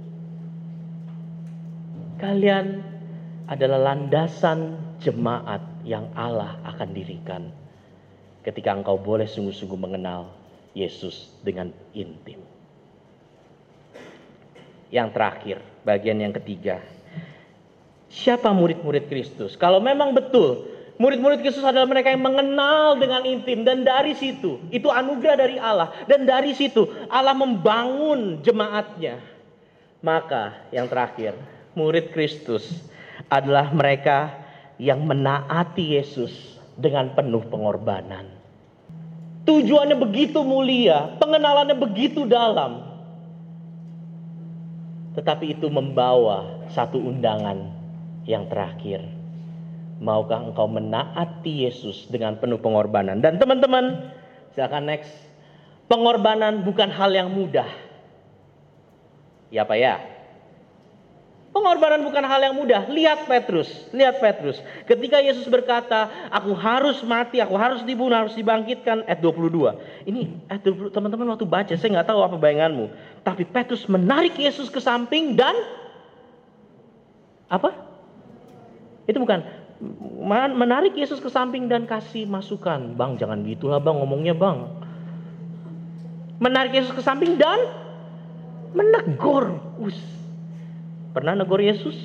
Kalian adalah landasan jemaat yang Allah akan dirikan ketika engkau boleh sungguh-sungguh mengenal Yesus dengan intim. Yang terakhir, bagian yang ketiga. Siapa murid-murid Kristus? Kalau memang betul murid-murid Kristus adalah mereka yang mengenal dengan intim, dan dari situ, itu anugerah dari Allah, dan dari situ Allah membangun jemaatnya. Maka yang terakhir, murid Kristus adalah mereka yang menaati Yesus dengan penuh pengorbanan. Tujuannya begitu mulia, pengenalannya begitu dalam. Tetapi itu membawa satu undangan yang terakhir. Maukah engkau menaati Yesus dengan penuh pengorbanan? Dan teman-teman, silakan next. Pengorbanan bukan hal yang mudah. Ya Pak ya? Pengorbanan bukan hal yang mudah. Lihat Petrus, lihat Petrus. Ketika Yesus berkata, aku harus mati, aku harus dibunuh, harus dibangkitkan. Ayat dua puluh dua. Ini ayat dua puluh, teman-teman waktu baca, saya nggak tahu apa bayanganmu. Tapi Petrus menarik Yesus ke samping dan apa? Itu bukan. Menarik Yesus ke samping dan kasih masukan. Bang, jangan gitulah bang, ngomongnya bang. Menarik Yesus ke samping dan menegur. Us. Pernah negur Yesus?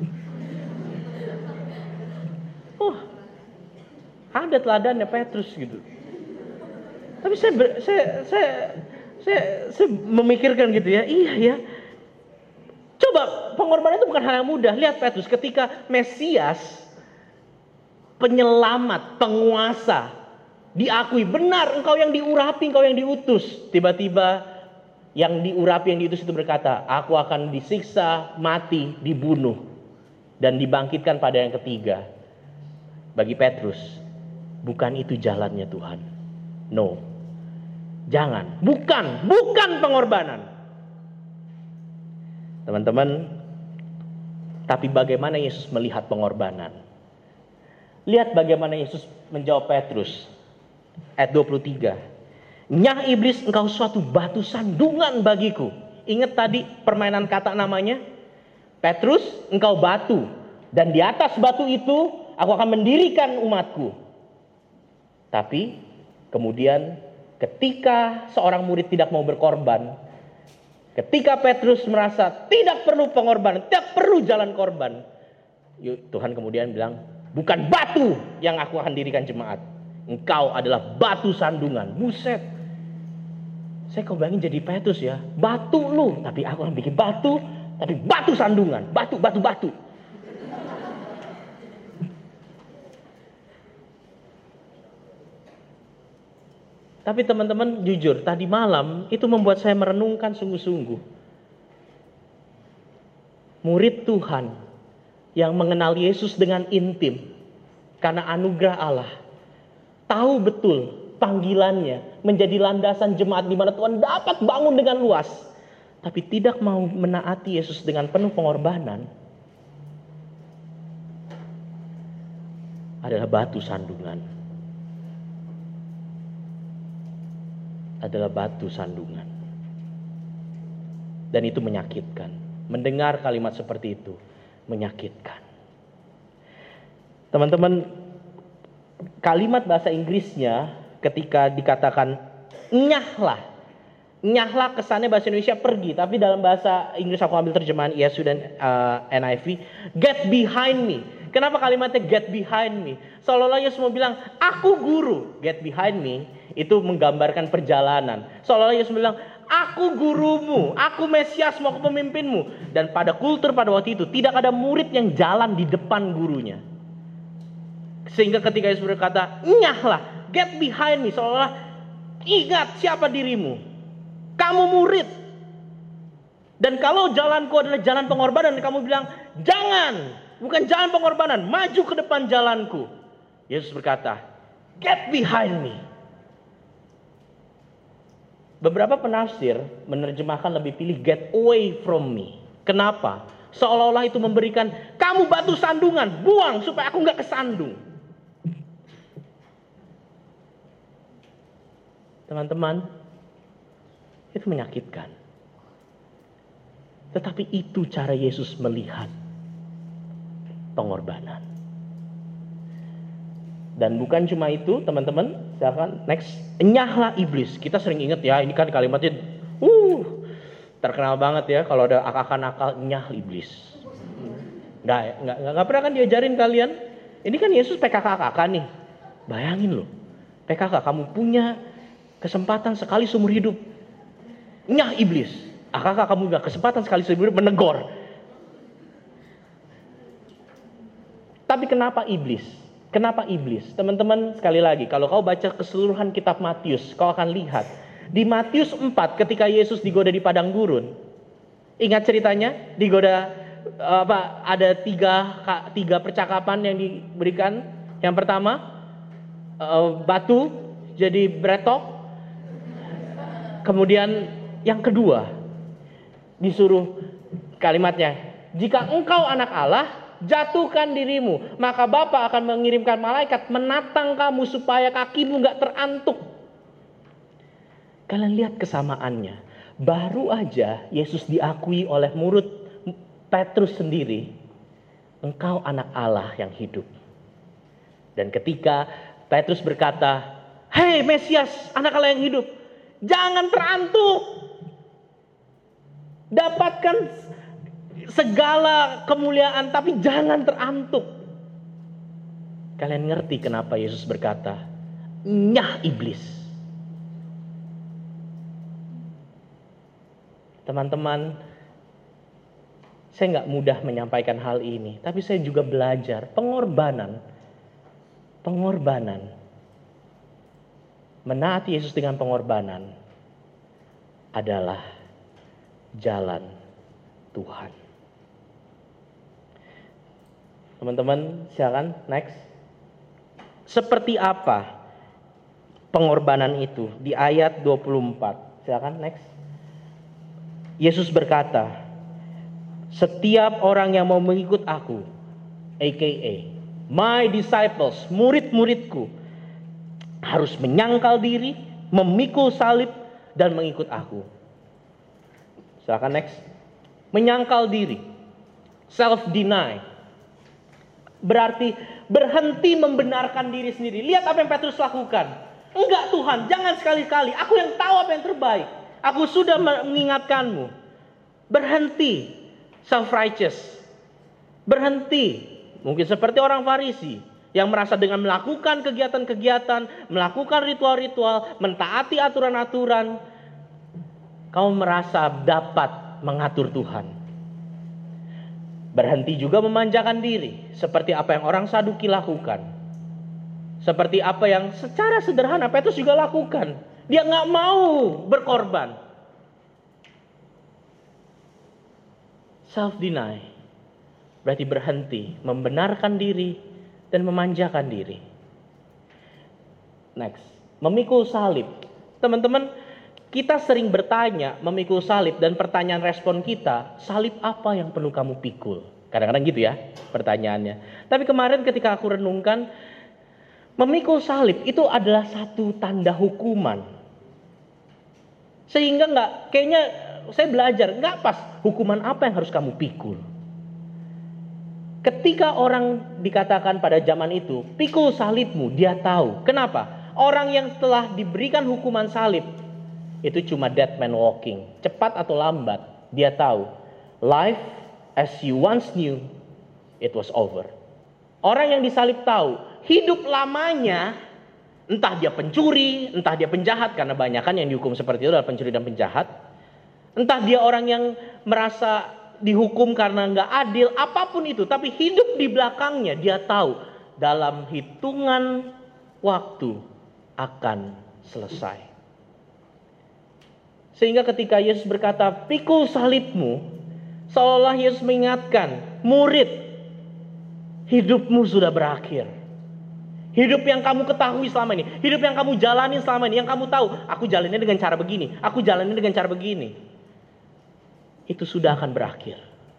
Oh, ada teladannya Petrus gitu. Tapi saya, ber, saya, saya, saya, saya memikirkan gitu ya. Iya ya. Coba, pengorbanan itu bukan hal yang mudah. Lihat Petrus, ketika Mesias, penyelamat, penguasa, diakui, benar engkau yang diurapi, engkau yang diutus. Tiba-tiba yang diurapi, yang diutus itu berkata, aku akan disiksa, mati, dibunuh, dan dibangkitkan pada yang ketiga. Bagi Petrus, bukan itu jalannya Tuhan. No, jangan, bukan, bukan pengorbanan. Teman-teman, tapi bagaimana Yesus melihat pengorbanan? Lihat bagaimana Yesus menjawab Petrus. Ayat dua puluh tiga. Nyah iblis, engkau suatu batu sandungan bagiku. Ingat tadi permainan kata namanya? Petrus, engkau batu. Dan di atas batu itu, aku akan mendirikan umatku. Tapi, kemudian ketika seorang murid tidak mau berkorban, ketika Petrus merasa tidak perlu pengorbanan, tidak perlu jalan korban, Tuhan kemudian bilang, bukan batu yang aku akan dirikan jemaat. Engkau adalah batu sandungan. Buset. Saya kau bayangin jadi Petrus ya. Batu lu. Tapi aku akan bikin batu. Tapi batu sandungan. Batu, batu, batu. Tapi teman-teman jujur. Tadi malam itu membuat saya merenungkan sungguh-sungguh. Murid Tuhan yang mengenal Yesus dengan intim. Karena anugerah Allah. Tahu betul panggilannya menjadi landasan jemaat di mana Tuhan dapat bangun dengan luas, tapi tidak mau menaati Yesus dengan penuh pengorbanan, adalah batu sandungan. Adalah batu sandungan. Dan itu menyakitkan. Mendengar kalimat seperti itu menyakitkan. Teman-teman, kalimat bahasa Inggrisnya ketika dikatakan nyahlah. Nyahlah kesannya bahasa Indonesia pergi. Tapi dalam bahasa Inggris aku ambil terjemahan I S U dan uh, N I V. Get behind me. Kenapa kalimatnya get behind me? Seolah-olah Yesus mau bilang, aku guru. Get behind me itu menggambarkan perjalanan. Seolah-olah Yesus bilang, Aku gurumu, aku Mesias, mau pemimpinmu. Dan pada kultur pada waktu itu tidak ada murid yang jalan di depan gurunya. Sehingga ketika Yesus berkata, nyahlah, get behind me, seolah-olah ingat siapa dirimu. Kamu murid. Dan kalau jalanku adalah jalan pengorbanan, kamu bilang, jangan, bukan jalan pengorbanan, maju ke depan jalanku. Yesus berkata, get behind me. Beberapa penafsir menerjemahkan lebih pilih get away from me. Kenapa? Seolah-olah itu memberikan, kamu batu sandungan, buang supaya aku gak kesandung. Teman-teman, itu menyakitkan. Tetapi itu cara Yesus melihat pengorbanan. Dan bukan cuma itu, teman-teman. Silakan next. Enyahlah iblis. Kita sering ingat ya, ini kan kalimatnya uh, terkenal banget ya. Kalau ada akak nakal, enyah iblis. Nggak, nggak, nggak pernah kan diajarin kalian. Ini kan Yesus P K K nih. Bayangin loh, P K K kamu punya kesempatan sekali seumur hidup. Enyah iblis. Akak kamu punya kesempatan sekali seumur hidup menegur. Tapi kenapa iblis? Kenapa iblis? Teman-teman, sekali lagi, kalau kau baca keseluruhan kitab Matius, kau akan lihat di Matius empat ketika Yesus digoda di padang gurun. Ingat ceritanya? Digoda apa? Ada tiga tiga percakapan yang diberikan. Yang pertama, batu jadi bretok. Kemudian yang kedua, disuruh kalimatnya, jika engkau anak Allah, jatuhkan dirimu, maka Bapa akan mengirimkan malaikat menatang kamu supaya kakimu gak terantuk. Kalian lihat kesamaannya. Baru aja Yesus diakui oleh murid Petrus sendiri, engkau anak Allah yang hidup. Dan ketika Petrus berkata, hei Mesias, anak Allah yang hidup, jangan terantuk. Dapatkan segala kemuliaan, tapi jangan terantuk. Kalian ngerti kenapa Yesus berkata, nyah iblis. Teman-teman, saya nggak mudah menyampaikan hal ini, tapi saya juga belajar pengorbanan, pengorbanan, menaati Yesus dengan pengorbanan adalah jalan Tuhan. Teman-teman, silakan next. Seperti apa pengorbanan itu di ayat dua puluh empat? Silakan next. Yesus berkata, setiap orang yang mau mengikut aku, aka my disciples, murid-muridku, harus menyangkal diri, memikul salib, dan mengikut aku. Silakan next. Menyangkal diri, self-deny. Berarti berhenti membenarkan diri sendiri. Lihat apa yang Petrus lakukan. Enggak Tuhan, jangan sekali-kali. Aku yang tahu apa yang terbaik. Aku sudah mengingatkanmu. Berhenti self-righteous. Berhenti. Mungkin seperti orang Farisi yang merasa dengan melakukan kegiatan-kegiatan, melakukan ritual-ritual, mentaati aturan-aturan, kau merasa dapat mengatur Tuhan. Berhenti juga memanjakan diri, seperti apa yang orang Saduki lakukan. Seperti apa yang secara sederhana Petrus juga lakukan. Dia gak mau berkorban. Self-deny berarti berhenti, membenarkan diri, dan memanjakan diri. Next, memikul salib. Teman-teman, kita sering bertanya, memikul salib, dan pertanyaan respon kita, salib apa yang perlu kamu pikul? Kadang-kadang gitu ya pertanyaannya. Tapi kemarin ketika aku renungkan, memikul salib itu adalah satu tanda hukuman. Sehingga nggak, kayaknya saya belajar, nggak pas hukuman apa yang harus kamu pikul. Ketika orang dikatakan pada zaman itu, pikul salibmu, dia tahu. Kenapa? Orang yang telah diberikan hukuman salib, itu cuma dead man walking. Cepat atau lambat, dia tahu. Life as you once knew, it was over. Orang yang disalib tahu, hidup lamanya Entah dia pencuri, entah dia penjahat, karena banyak kan yang dihukum seperti itu adalah pencuri dan penjahat. Entah dia orang yang merasa dihukum karena nggak adil, apapun itu. Tapi hidup di belakangnya dia tahu dalam hitungan waktu akan selesai. Sehingga ketika Yesus berkata, pikul salibmu, seolah-olah Yesus mengingatkan, murid, hidupmu sudah berakhir. Hidup yang kamu ketahui selama ini, hidup yang kamu jalani selama ini, yang kamu tahu, aku jalannya dengan cara begini, aku jalannya dengan cara begini. Itu sudah akan berakhir.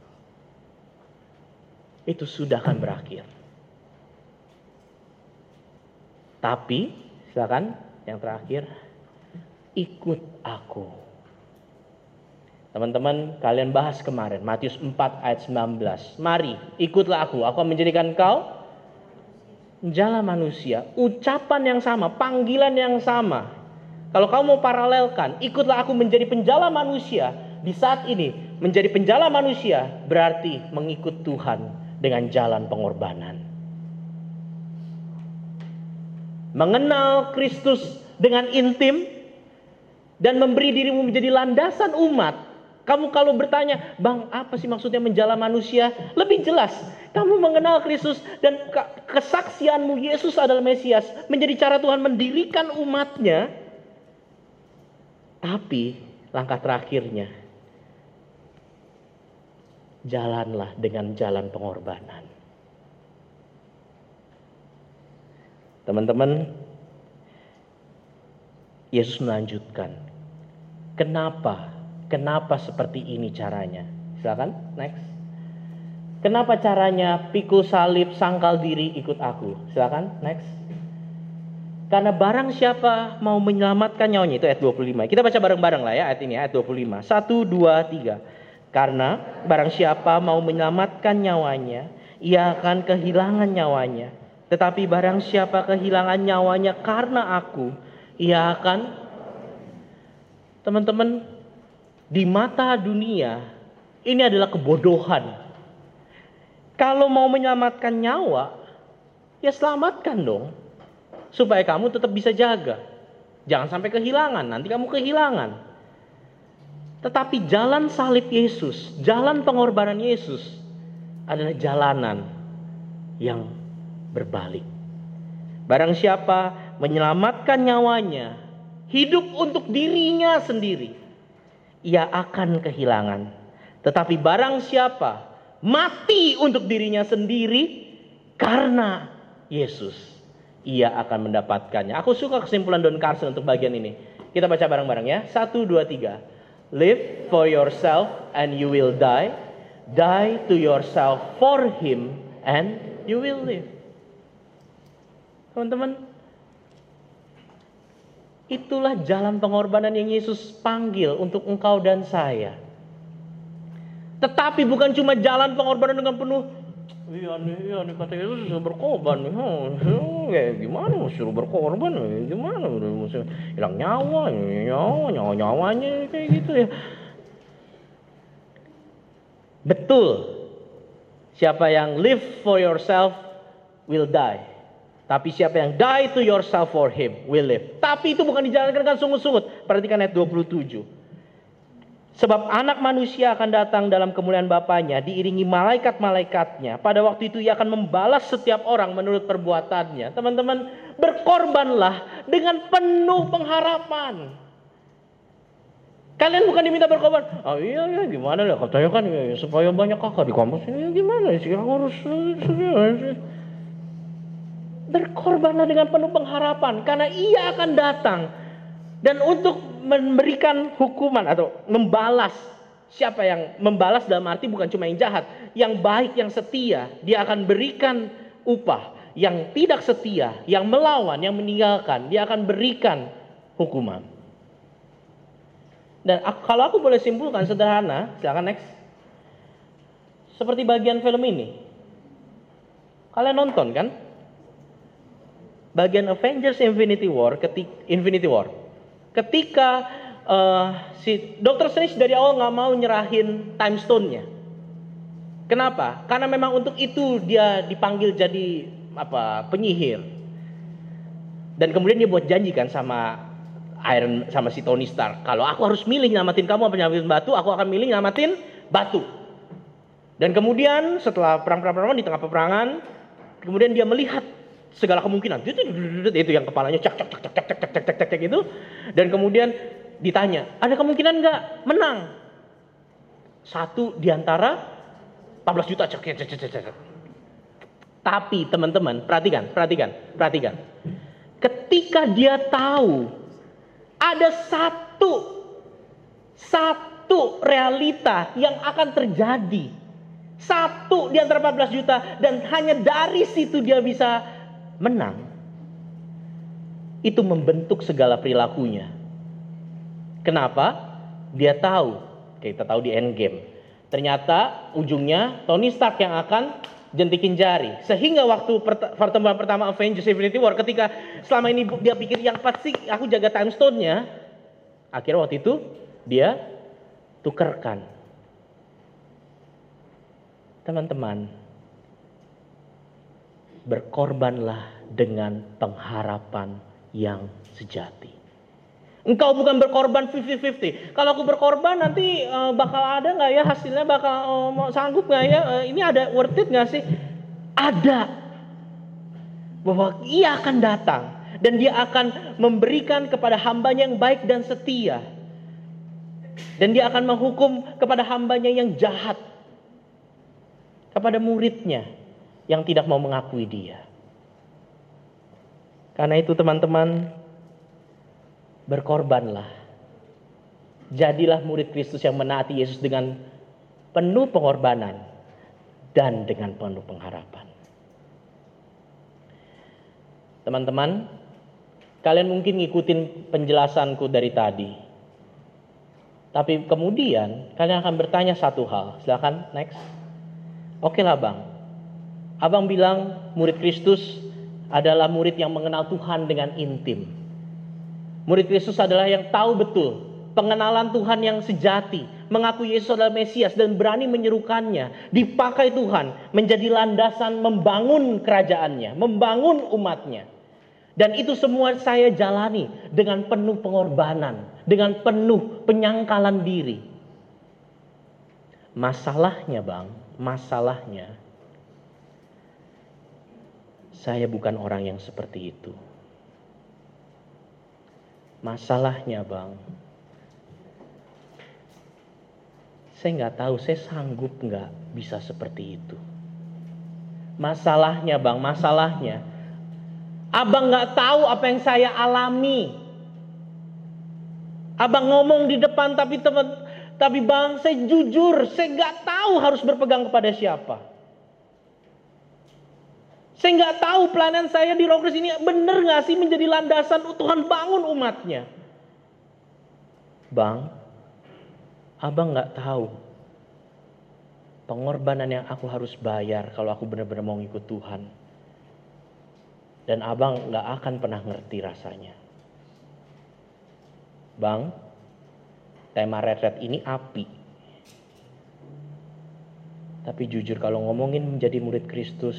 Itu sudah akan berakhir. Tapi, silakan yang terakhir, ikut aku. Teman-teman, kalian bahas kemarin Matius empat ayat sembilan belas. Mari, ikutlah aku. Aku akan menjadikan kau jala manusia. Ucapan yang sama, panggilan yang sama. Kalau kamu mau paralelkan, ikutlah aku menjadi penjala manusia. Di saat ini, menjadi penjala manusia berarti mengikut Tuhan dengan jalan pengorbanan. Mengenal Kristus dengan intim dan memberi dirimu menjadi landasan umat. Kamu kalau bertanya, bang, apa sih maksudnya menjala manusia? Lebih jelas, kamu mengenal Kristus dan kesaksianmu Yesus adalah Mesias menjadi cara Tuhan mendirikan umatnya. Tapi langkah terakhirnya, jalanlah dengan jalan pengorbanan. Teman-teman, Yesus melanjutkan, kenapa? Kenapa seperti ini caranya? Silakan, next. Kenapa caranya pikul salib, sangkal diri, ikut aku? Silakan, next. Karena barang siapa mau menyelamatkan nyawanya, itu ayat dua puluh lima. Kita baca bareng-bareng lah ya ayat ini, ayat dua puluh lima. Satu, dua, tiga. Karena barang siapa mau menyelamatkan nyawanya, ia akan kehilangan nyawanya. Tetapi barang siapa kehilangan nyawanya karena aku, ia akan... Teman-teman, di mata dunia, ini adalah kebodohan. Kalau mau menyelamatkan nyawa, ya selamatkan dong. Supaya kamu tetap bisa jaga. Jangan sampai kehilangan, nanti kamu kehilangan. Tetapi jalan salib Yesus, jalan pengorbanan Yesus adalah jalanan yang berbalik. Barang siapa menyelamatkan nyawanya, hidup untuk dirinya sendiri, ia akan kehilangan. Tetapi barang siapa mati untuk dirinya sendiri karena Yesus, ia akan mendapatkannya. Aku suka kesimpulan Don Carson untuk bagian ini. Kita baca bareng-bareng ya. Satu, dua, tiga. Live for yourself and you will die. Die to yourself for him and you will live. Teman-teman, itulah jalan pengorbanan yang Yesus panggil untuk engkau dan saya. Tetapi bukan cuma jalan pengorbanan dengan penuh, iya nih, iya nih kata Yesus suruh berkorban nih, oh, ya gimana suruh berkorban, gimana mesti hilang nyawa, nyawa, nyawa nyawanya kayak gitu ya. Betul, siapa yang live for yourself will die. Tapi siapa yang die to yourself for him will live. Tapi itu bukan dijalankan dengan sungut-sungut. Perhatikan ayat dua puluh tujuh. Sebab anak manusia akan datang dalam kemuliaan Bapanya, diiringi malaikat-malaikatnya. Pada waktu itu ia akan membalas setiap orang menurut perbuatannya. Teman-teman, berkorbanlah dengan penuh pengharapan. Kalian bukan diminta berkorban. Oh iya ya gimana lah, katanya kan ya, supaya banyak kakak di kampus ini. Ya, gimana sih aku harus berkorbanlah dengan penuh pengharapan, karena ia akan datang dan untuk memberikan hukuman atau membalas. Siapa yang membalas dalam arti bukan cuma yang jahat, yang baik, yang setia, dia akan berikan upah. Yang tidak setia, yang melawan, yang meninggalkan, dia akan berikan hukuman. Dan kalau aku boleh simpulkan sederhana, silakan next. Seperti bagian film ini, kalian nonton kan? Bagian Avengers Infinity War, ketika Infinity War, ketika uh, si Doctor Strange dari awal nggak mau nyerahin Time Stone-nya. Kenapa? Karena memang untuk itu dia dipanggil jadi apa penyihir. Dan kemudian dia buat janji kan sama Iron sama si Tony Stark, kalau aku harus milih nyelamatin kamu apa nyelamatin batu, aku akan milih nyelamatin batu. Dan kemudian setelah perang-perang di tengah peperangan, kemudian dia melihat segala kemungkinan. Itu yang kepalanya cak cak cak cak cak cak cak cak cak itu. Dan kemudian ditanya, ada kemungkinan nggak menang? Satu diantara empat belas juta cak cak cak cak cak. Tapi teman-teman, perhatikan, perhatikan, perhatikan. Ketika dia tahu ada satu satu realita yang akan terjadi, satu di antara empat belas juta, dan hanya dari situ dia bisa menang, itu membentuk segala perilakunya. Kenapa? Dia tahu, kita tahu di Endgame, ternyata ujungnya Tony Stark yang akan jentikin jari. Sehingga waktu pertemuan pertama Avengers Infinity War, ketika selama ini dia pikir yang pasti aku jaga time stone-nya, akhirnya waktu itu dia tukerkan. Teman-teman, berkorbanlah dengan pengharapan yang sejati. Engkau bukan berkorban lima puluh lima puluh. Kalau aku berkorban nanti uh, bakal ada nggak ya hasilnya, bakal uh, sanggup nggak ya? Uh, ini ada worth it nggak sih? Ada. Bahwa ia akan datang dan dia akan memberikan kepada hambanya yang baik dan setia. Dan dia akan menghukum kepada hambanya yang jahat. Kepada muridnya yang tidak mau mengakui dia. Karena itu teman-teman, berkorbanlah. Jadilah murid Kristus yang menaati Yesus dengan penuh pengorbanan dan dengan penuh pengharapan. Teman-teman, kalian mungkin ngikutin penjelasanku dari tadi. Tapi kemudian kalian akan bertanya satu hal. Silakan next. Oke lah bang. Abang bilang murid Kristus adalah murid yang mengenal Tuhan dengan intim. Murid Kristus adalah yang tahu betul pengenalan Tuhan yang sejati, mengakui Yesus adalah Mesias dan berani menyerukannya, dipakai Tuhan menjadi landasan membangun kerajaannya, membangun umatnya. Dan itu semua saya jalani dengan penuh pengorbanan, dengan penuh penyangkalan diri. Masalahnya bang, masalahnya saya bukan orang yang seperti itu. Masalahnya bang, saya nggak tahu saya sanggup nggak bisa seperti itu. Masalahnya bang, masalahnya abang nggak tahu apa yang saya alami. Abang ngomong di depan tapi teman, tapi bang saya jujur, saya nggak tahu harus berpegang kepada siapa. Saya nggak tahu pelayanan saya di Rock Kris ini benar nggak sih menjadi landasan Tuhan bangun umatnya. Bang, abang nggak tahu pengorbanan yang aku harus bayar kalau aku benar-benar mau ngikut Tuhan. Dan abang nggak akan pernah ngerti rasanya. Bang, tema retret ini api. Tapi jujur kalau ngomongin menjadi murid Kristus,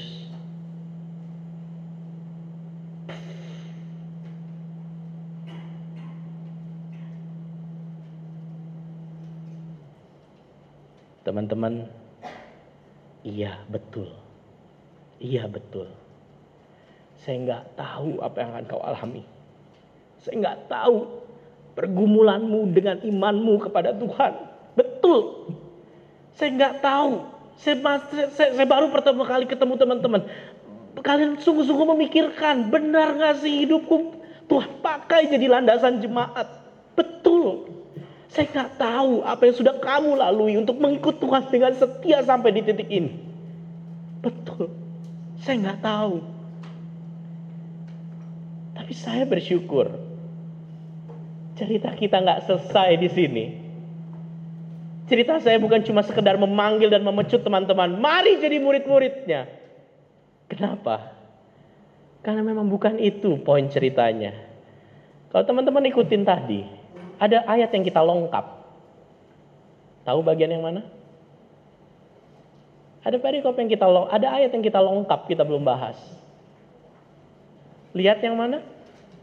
teman-teman, iya betul, iya betul. Saya nggak tahu apa yang akan kau alami. Saya nggak tahu pergumulanmu dengan imanmu kepada Tuhan. Betul. Saya nggak tahu. Saya, saya, saya baru pertama kali ketemu teman-teman. Kalian sungguh-sungguh memikirkan, benar nggak sih hidupku Tuhan pakai jadi landasan jemaat? Betul. Saya nggak tahu apa yang sudah kamu lalui untuk mengikut Tuhan dengan setia sampai di titik ini. Betul. Saya nggak tahu. Tapi saya bersyukur cerita kita nggak selesai di sini. Cerita saya bukan cuma sekedar memanggil dan memecut teman-teman, mari jadi murid-muridnya. Kenapa? Karena memang bukan itu poin ceritanya. Kalau teman-teman ikutin tadi, ada ayat yang kita lengkap. Tahu bagian yang mana? Ada perikop yang kita lengkap, ada ayat yang kita lengkap, kita belum bahas. Lihat yang mana?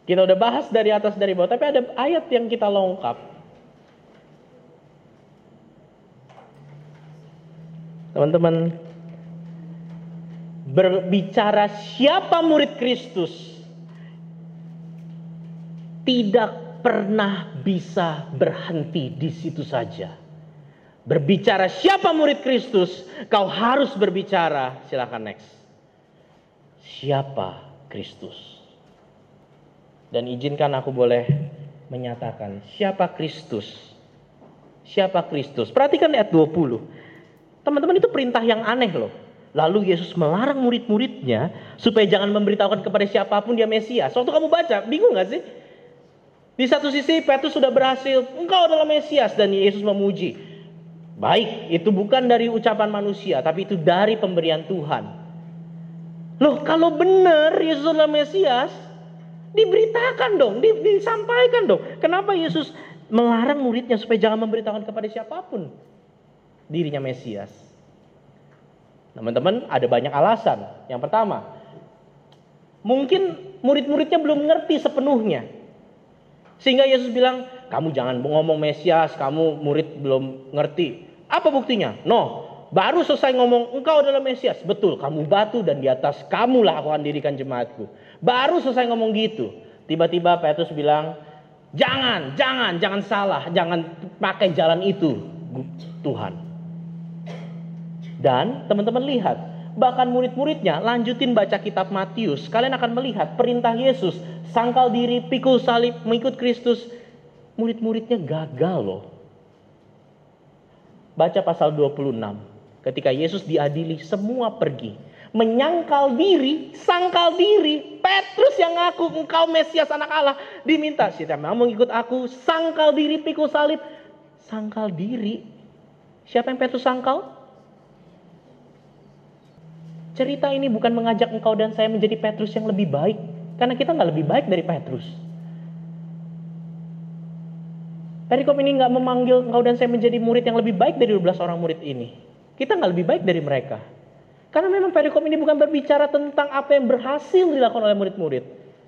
Kita udah bahas dari atas dari bawah, tapi ada ayat yang kita lengkap. Teman-teman, berbicara siapa murid Kristus tidak pernah bisa berhenti di situ saja. Berbicara siapa murid Kristus, kau harus berbicara, silakan next. Siapa Kristus? Dan izinkan aku boleh menyatakan siapa Kristus? Siapa Kristus? Perhatikan ayat dua puluh. Teman-teman, itu perintah yang aneh loh. Lalu Yesus melarang murid-muridnya supaya jangan memberitahukan kepada siapapun dia Mesias. Waktu kamu baca, bingung gak sih? Di satu sisi Petrus sudah berhasil, engkau adalah Mesias, dan Yesus memuji. Baik, itu bukan dari ucapan manusia, tapi itu dari pemberian Tuhan. Loh, kalau benar Yesus adalah Mesias, diberitakan dong, disampaikan dong. Kenapa Yesus melarang muridnya supaya jangan memberitahukan kepada siapapun dirinya Mesias? Teman-teman, ada banyak alasan. Yang pertama, mungkin murid-muridnya belum ngerti sepenuhnya, sehingga Yesus bilang, kamu jangan ngomong Mesias, kamu murid belum ngerti. Apa buktinya? No, baru selesai ngomong engkau adalah Mesias. Betul, kamu batu dan di atas kamulah aku akan dirikan jemaatku. Baru selesai ngomong gitu, tiba-tiba Petrus bilang, jangan, jangan, jangan salah, jangan pakai jalan itu, Tuhan. Dan teman-teman lihat, bahkan murid-muridnya lanjutin baca kitab Matius, kalian akan melihat perintah Yesus, sangkal diri, pikul salib, mengikut Kristus. Murid-muridnya gagal loh. Baca pasal dua puluh enam. Ketika Yesus diadili, semua pergi. Menyangkal diri, sangkal diri. Petrus yang ngaku engkau Mesias anak Allah. Diminta, siapa mau mengikut aku, sangkal diri, pikul salib. Sangkal diri. Siapa yang Petrus sangkal? Cerita ini bukan mengajak engkau dan saya menjadi Petrus yang lebih baik. Karena kita gak lebih baik dari Petrus. Perikop ini gak memanggil engkau dan saya menjadi murid yang lebih baik dari dua belas orang murid ini. Kita gak lebih baik dari mereka. Karena memang perikop ini bukan berbicara tentang apa yang berhasil dilakukan oleh murid-murid.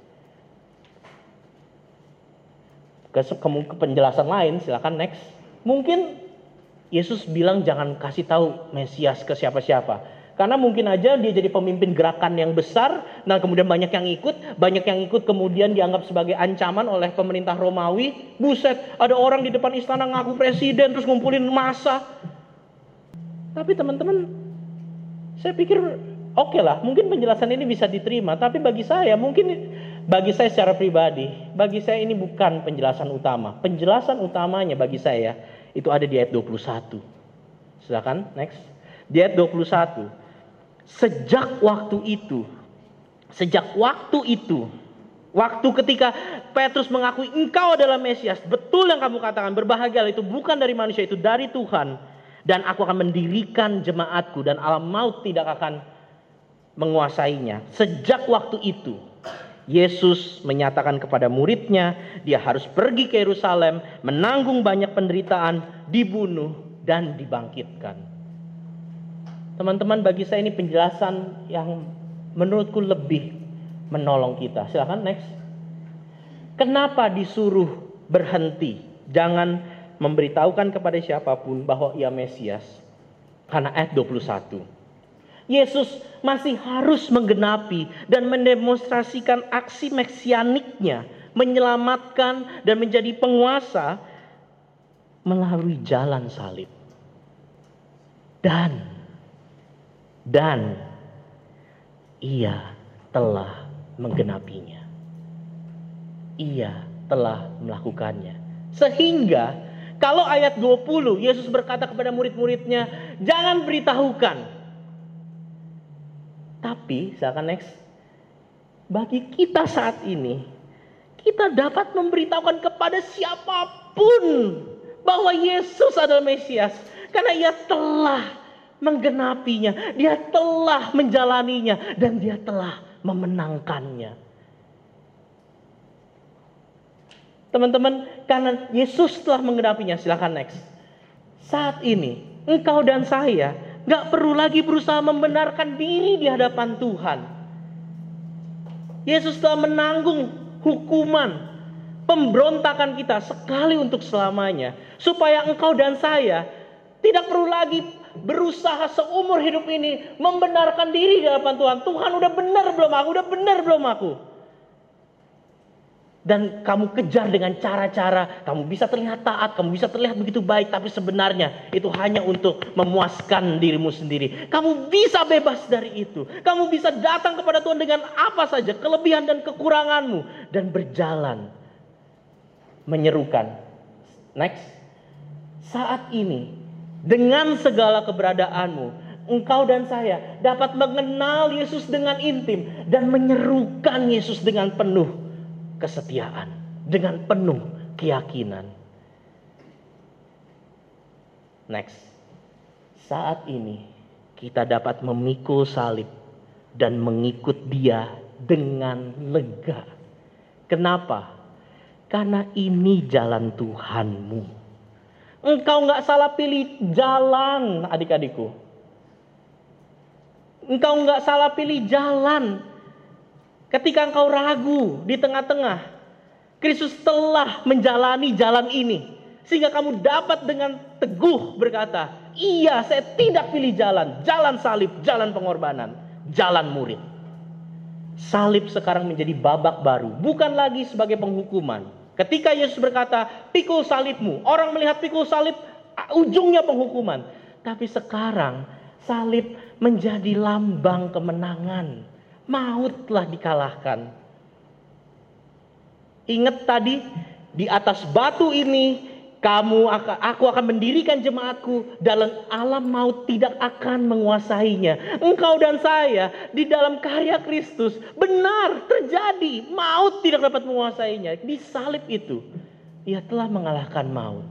Ke, ke penjelasan lain, silakan next. Mungkin Yesus bilang jangan kasih tahu Mesias ke siapa-siapa. Karena mungkin aja dia jadi pemimpin gerakan yang besar, nah kemudian banyak yang ikut, banyak yang ikut kemudian dianggap sebagai ancaman oleh pemerintah Romawi. Buset, ada orang di depan istana ngaku presiden terus ngumpulin massa. Tapi teman-teman, saya pikir oke okay lah, mungkin penjelasan ini bisa diterima. Tapi bagi saya, mungkin bagi saya secara pribadi, bagi saya ini bukan penjelasan utama. Penjelasan utamanya bagi saya itu ada di ayat dua puluh satu. Silakan next. Di ayat dua puluh satu. Sejak waktu itu, sejak waktu itu, waktu ketika Petrus mengakui engkau adalah Mesias, betul yang kamu katakan, berbahagialah itu bukan dari manusia, itu dari Tuhan. Dan aku akan mendirikan jemaatku dan alam maut tidak akan menguasainya. Sejak waktu itu, Yesus menyatakan kepada muridnya, dia harus pergi ke Yerusalem, menanggung banyak penderitaan, dibunuh dan dibangkitkan. Teman-teman, bagi saya ini penjelasan yang menurutku lebih menolong kita. Silakan next. Kenapa disuruh berhenti? Jangan memberitahukan kepada siapapun bahwa ia Mesias. Karena ayat dua puluh satu. Yesus masih harus menggenapi dan mendemonstrasikan aksi mesianiknya, menyelamatkan dan menjadi penguasa melalui jalan salib. Dan Dan ia telah menggenapinya. Ia telah melakukannya. Sehingga kalau ayat dua puluh Yesus berkata kepada murid-muridnya, jangan beritahukan. Tapi, silakan next. Bagi kita saat ini, kita dapat memberitahukan kepada siapapun bahwa Yesus adalah Mesias. Karena ia telah menggenapinya, dia telah menjalaninya, dan dia telah memenangkannya. Teman-teman, karena Yesus telah menggenapinya, silakan next. Saat ini, engkau dan saya gak perlu lagi berusaha membenarkan diri di hadapan Tuhan. Yesus telah menanggung hukuman, pemberontakan kita sekali untuk selamanya. Supaya engkau dan saya tidak perlu lagi berusaha seumur hidup ini membenarkan diri di hadapan Tuhan. Tuhan udah benar belum aku? Udah benar belum aku? Dan kamu kejar dengan cara-cara, kamu bisa terlihat taat, kamu bisa terlihat begitu baik, tapi sebenarnya itu hanya untuk memuaskan dirimu sendiri. Kamu bisa bebas dari itu. Kamu bisa datang kepada Tuhan dengan apa saja, kelebihan dan kekuranganmu, dan berjalan menyerukan. Next. Saat ini, dengan segala keberadaanmu, engkau dan saya dapat mengenal Yesus dengan intim dan menyerukan Yesus dengan penuh kesetiaan, dengan penuh keyakinan. Next. Saat ini kita dapat memikul salib dan mengikut Dia dengan lega. Kenapa? Karena ini jalan Tuhanmu. Engkau gak salah pilih jalan, adik-adikku. Engkau gak salah pilih jalan. Ketika engkau ragu di tengah-tengah, Kristus telah menjalani jalan ini. Sehingga kamu dapat dengan teguh berkata, iya, saya tidak pilih jalan. Jalan salib, jalan pengorbanan, jalan murid. Salib sekarang menjadi babak baru. Bukan lagi sebagai penghukuman. Ketika Yesus berkata, pikul salibmu. Orang melihat pikul salib, ujungnya penghukuman. Tapi sekarang salib menjadi lambang kemenangan. Maut telah dikalahkan. Ingat tadi, di atas batu ini kamu akan, aku akan mendirikan jemaatku. Dalam alam maut tidak akan menguasainya. Engkau dan saya di dalam karya Kristus benar terjadi. Maut tidak dapat menguasainya. Di salib itu Ia telah mengalahkan maut.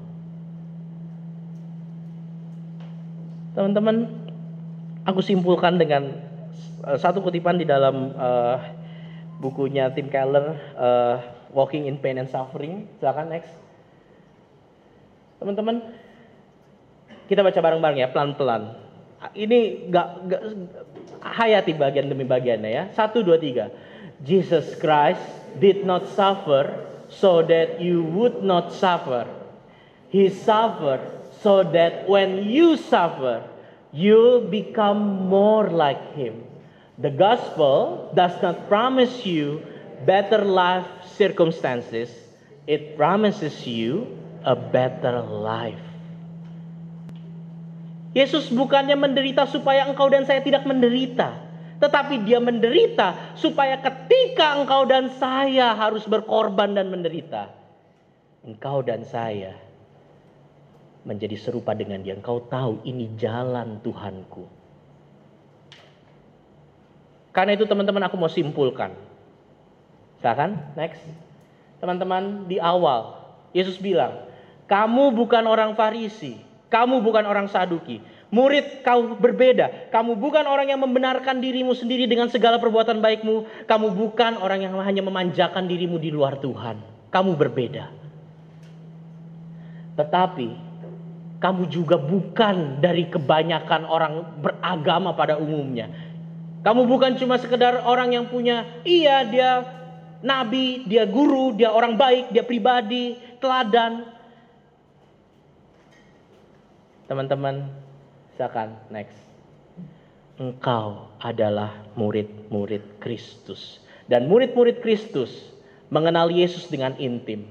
Teman-teman, aku simpulkan dengan satu kutipan di dalam uh, bukunya Tim Keller, uh, Walking in Pain and Suffering. Silakan next. Teman-teman, kita baca bareng-bareng ya, pelan-pelan. Ini gak, gak hayati bagian demi bagiannya ya. Satu, dua, tiga. Jesus Christ did not suffer so that you would not suffer. He suffered so that when you suffer, you'll become more like Him. The gospel does not promise you better life circumstances. It promises you a better life. Yesus bukannya menderita supaya engkau dan saya tidak menderita. Tetapi Dia menderita supaya ketika engkau dan saya harus berkorban dan menderita, engkau dan saya menjadi serupa dengan Dia. Engkau tahu ini jalan Tuhanku. Karena itu teman-teman, aku mau simpulkan. Silakan, next. Teman-teman, di awal Yesus bilang, kamu bukan orang Farisi, kamu bukan orang Saduki. Murid kau berbeda. Kamu bukan orang yang membenarkan dirimu sendiri dengan segala perbuatan baikmu. Kamu bukan orang yang hanya memanjakan dirimu di luar Tuhan. Kamu berbeda. Tetapi kamu juga bukan dari kebanyakan orang beragama pada umumnya. Kamu bukan cuma sekedar orang yang punya, iya dia nabi, dia guru, dia orang baik, dia pribadi, teladan. Teman-teman, silakan next. Engkau adalah murid-murid Kristus. Dan murid-murid Kristus mengenal Yesus dengan intim.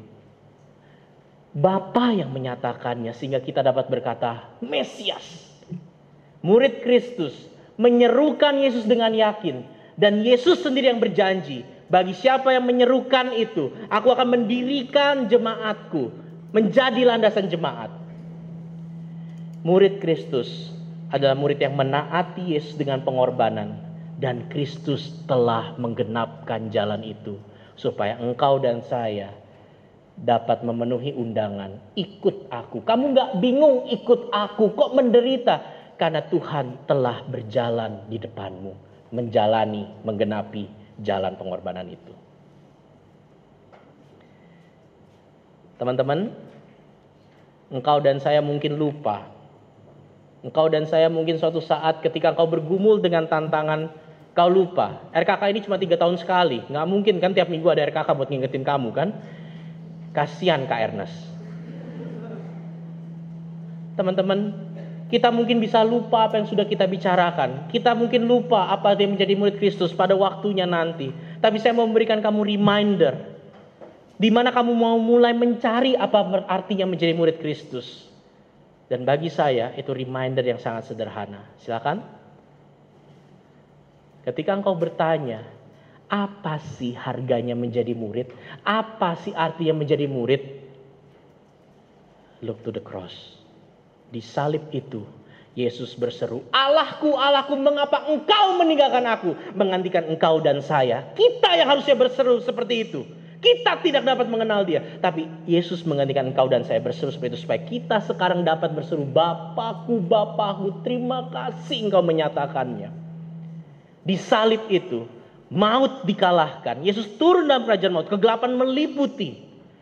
Bapa yang menyatakannya sehingga kita dapat berkata, Mesias. Murid Kristus menyerukan Yesus dengan yakin. Dan Yesus sendiri yang berjanji, bagi siapa yang menyerukan itu, aku akan mendirikan jemaatku, menjadi landasan jemaat. Murid Kristus adalah murid yang menaati Yesus dengan pengorbanan. Dan Kristus telah menggenapkan jalan itu, supaya engkau dan saya dapat memenuhi undangan. Ikut aku. Kamu gak bingung ikut aku, kok menderita? Karena Tuhan telah berjalan di depanmu, menjalani, menggenapi jalan pengorbanan itu. Teman-teman, engkau dan saya mungkin lupa. Engkau dan saya mungkin suatu saat ketika engkau bergumul dengan tantangan Kau lupa, R K K ini cuma tiga tahun sekali. Nggak mungkin kan tiap minggu ada R K K buat ngingetin kamu kan. Kasihan Kak Ernest. Teman-teman, kita mungkin bisa lupa apa yang sudah kita bicarakan. Kita mungkin lupa apa yang menjadi murid Kristus pada waktunya nanti. Tapi saya mau memberikan kamu reminder. Di mana kamu mau mulai mencari apa artinya menjadi murid Kristus. Dan bagi saya itu reminder yang sangat sederhana. Silakan. Ketika engkau bertanya, apa sih harganya menjadi murid? Apa sih artinya menjadi murid? Look to the cross. Di salib itu, Yesus berseru, Allahku, Allahku, mengapa engkau meninggalkan aku? Menggantikan engkau dan saya. Kita yang harusnya berseru seperti itu. Kita tidak dapat mengenal dia. Tapi Yesus menggantikan engkau dan saya berseru seperti itu. Supaya kita sekarang dapat berseru, Bapakku, Bapakku, terima kasih engkau menyatakannya. Di salib itu, maut dikalahkan. Yesus turun dalam kerajaan maut. Kegelapan meliputi.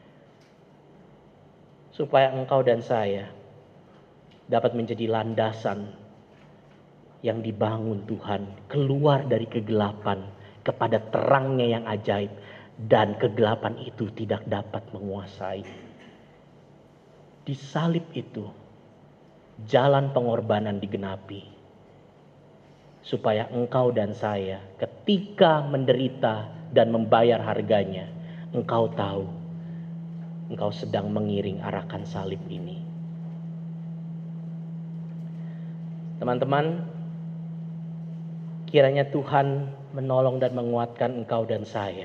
Supaya engkau dan saya dapat menjadi landasan yang dibangun Tuhan. Keluar dari kegelapan kepada terangnya yang ajaib. Dan kegelapan itu tidak dapat menguasai. Di salib itu, jalan pengorbanan digenapi. Supaya engkau dan saya ketika menderita dan membayar harganya, engkau tahu, engkau sedang mengiring arakan salib ini. Teman-teman, kiranya Tuhan menolong dan menguatkan engkau dan saya.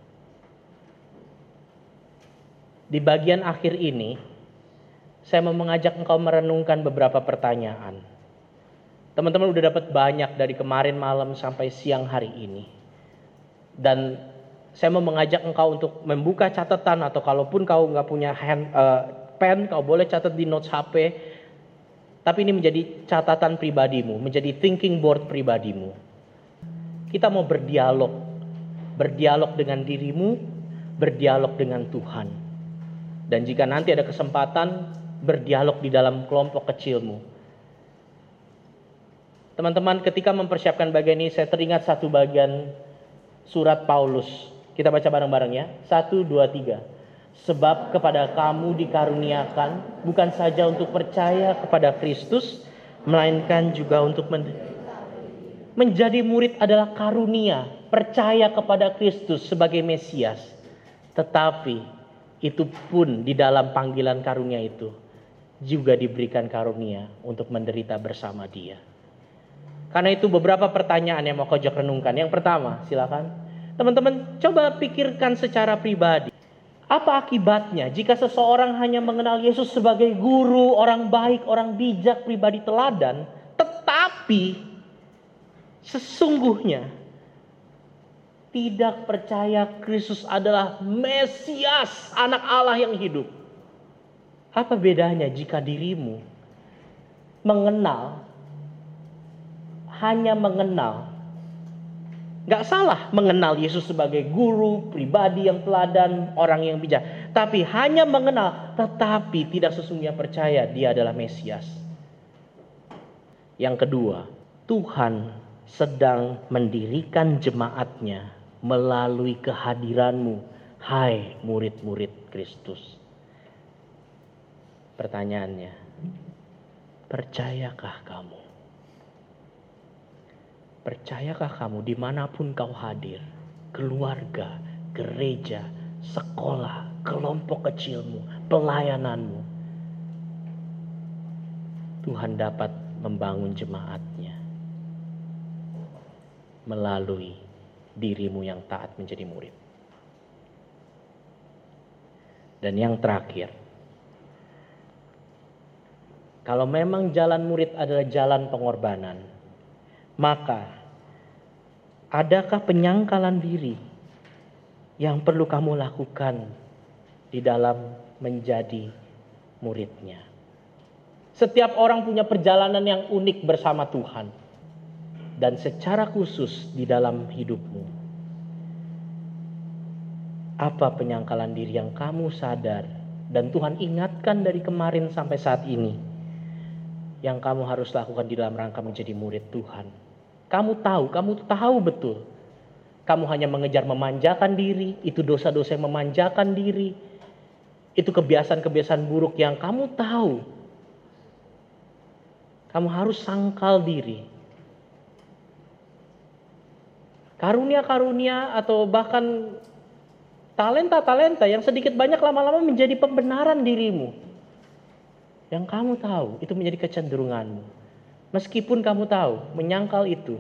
Di bagian akhir ini, saya mau mengajak engkau merenungkan beberapa pertanyaan. Teman-teman udah dapat banyak dari kemarin malam sampai siang hari ini. Dan saya mau mengajak engkau untuk membuka catatan, atau kalaupun kau nggak punya hand, uh, pen, kau boleh catat di notes H P. Tapi ini menjadi catatan pribadimu, menjadi thinking board pribadimu. Kita mau berdialog, berdialog dengan dirimu, berdialog dengan Tuhan. Dan jika nanti ada kesempatan, berdialog di dalam kelompok kecilmu. Teman-teman, ketika mempersiapkan bagian ini, saya teringat satu bagian surat Paulus. Kita baca bareng-bareng ya. Satu, dua, tiga. Sebab kepada kamu dikaruniakan bukan saja untuk percaya kepada Kristus, melainkan juga untuk men- menjadi murid adalah karunia. Percaya kepada Kristus sebagai Mesias. Tetapi itu pun di dalam panggilan karunia itu juga diberikan karunia untuk menderita bersama Dia. Karena itu beberapa pertanyaan yang mau kau renungkan. Yang pertama, silakan. Teman-teman, coba pikirkan secara pribadi. Apa akibatnya jika seseorang hanya mengenal Yesus sebagai guru, orang baik, orang bijak, pribadi teladan, tetapi sesungguhnya tidak percaya Kristus adalah Mesias, anak Allah yang hidup? Apa bedanya jika dirimu mengenal, hanya mengenal, gak salah mengenal Yesus sebagai guru, pribadi yang teladan, orang yang bijak. Tapi hanya mengenal, tetapi tidak sesungguhnya percaya Dia adalah Mesias. Yang kedua, Tuhan sedang mendirikan jemaatnya melalui kehadiranmu, hai murid-murid Kristus. Pertanyaannya, percayakah kamu? Percayakah kamu dimanapun kau hadir, keluarga, gereja, sekolah, kelompok kecilmu, pelayananmu, Tuhan dapat membangun jemaatnya melalui dirimu yang taat menjadi murid. Dan yang terakhir, kalau memang jalan murid adalah jalan pengorbanan, maka adakah penyangkalan diri yang perlu kamu lakukan di dalam menjadi muridnya? Setiap orang punya perjalanan yang unik bersama Tuhan. Dan secara khusus di dalam hidupmu, apa penyangkalan diri yang kamu sadar dan Tuhan ingatkan dari kemarin sampai saat ini, yang kamu harus lakukan di dalam rangka menjadi murid Tuhan? Kamu tahu, kamu tahu betul. Kamu hanya mengejar memanjakan diri, itu dosa-dosa yang memanjakan diri. Itu kebiasaan-kebiasaan buruk yang kamu tahu. Kamu harus sangkal diri. Karunia-karunia atau bahkan talenta-talenta yang sedikit banyak lama-lama menjadi pembenaran dirimu. Yang kamu tahu itu menjadi kecenderunganmu. Meskipun kamu tahu menyangkal itu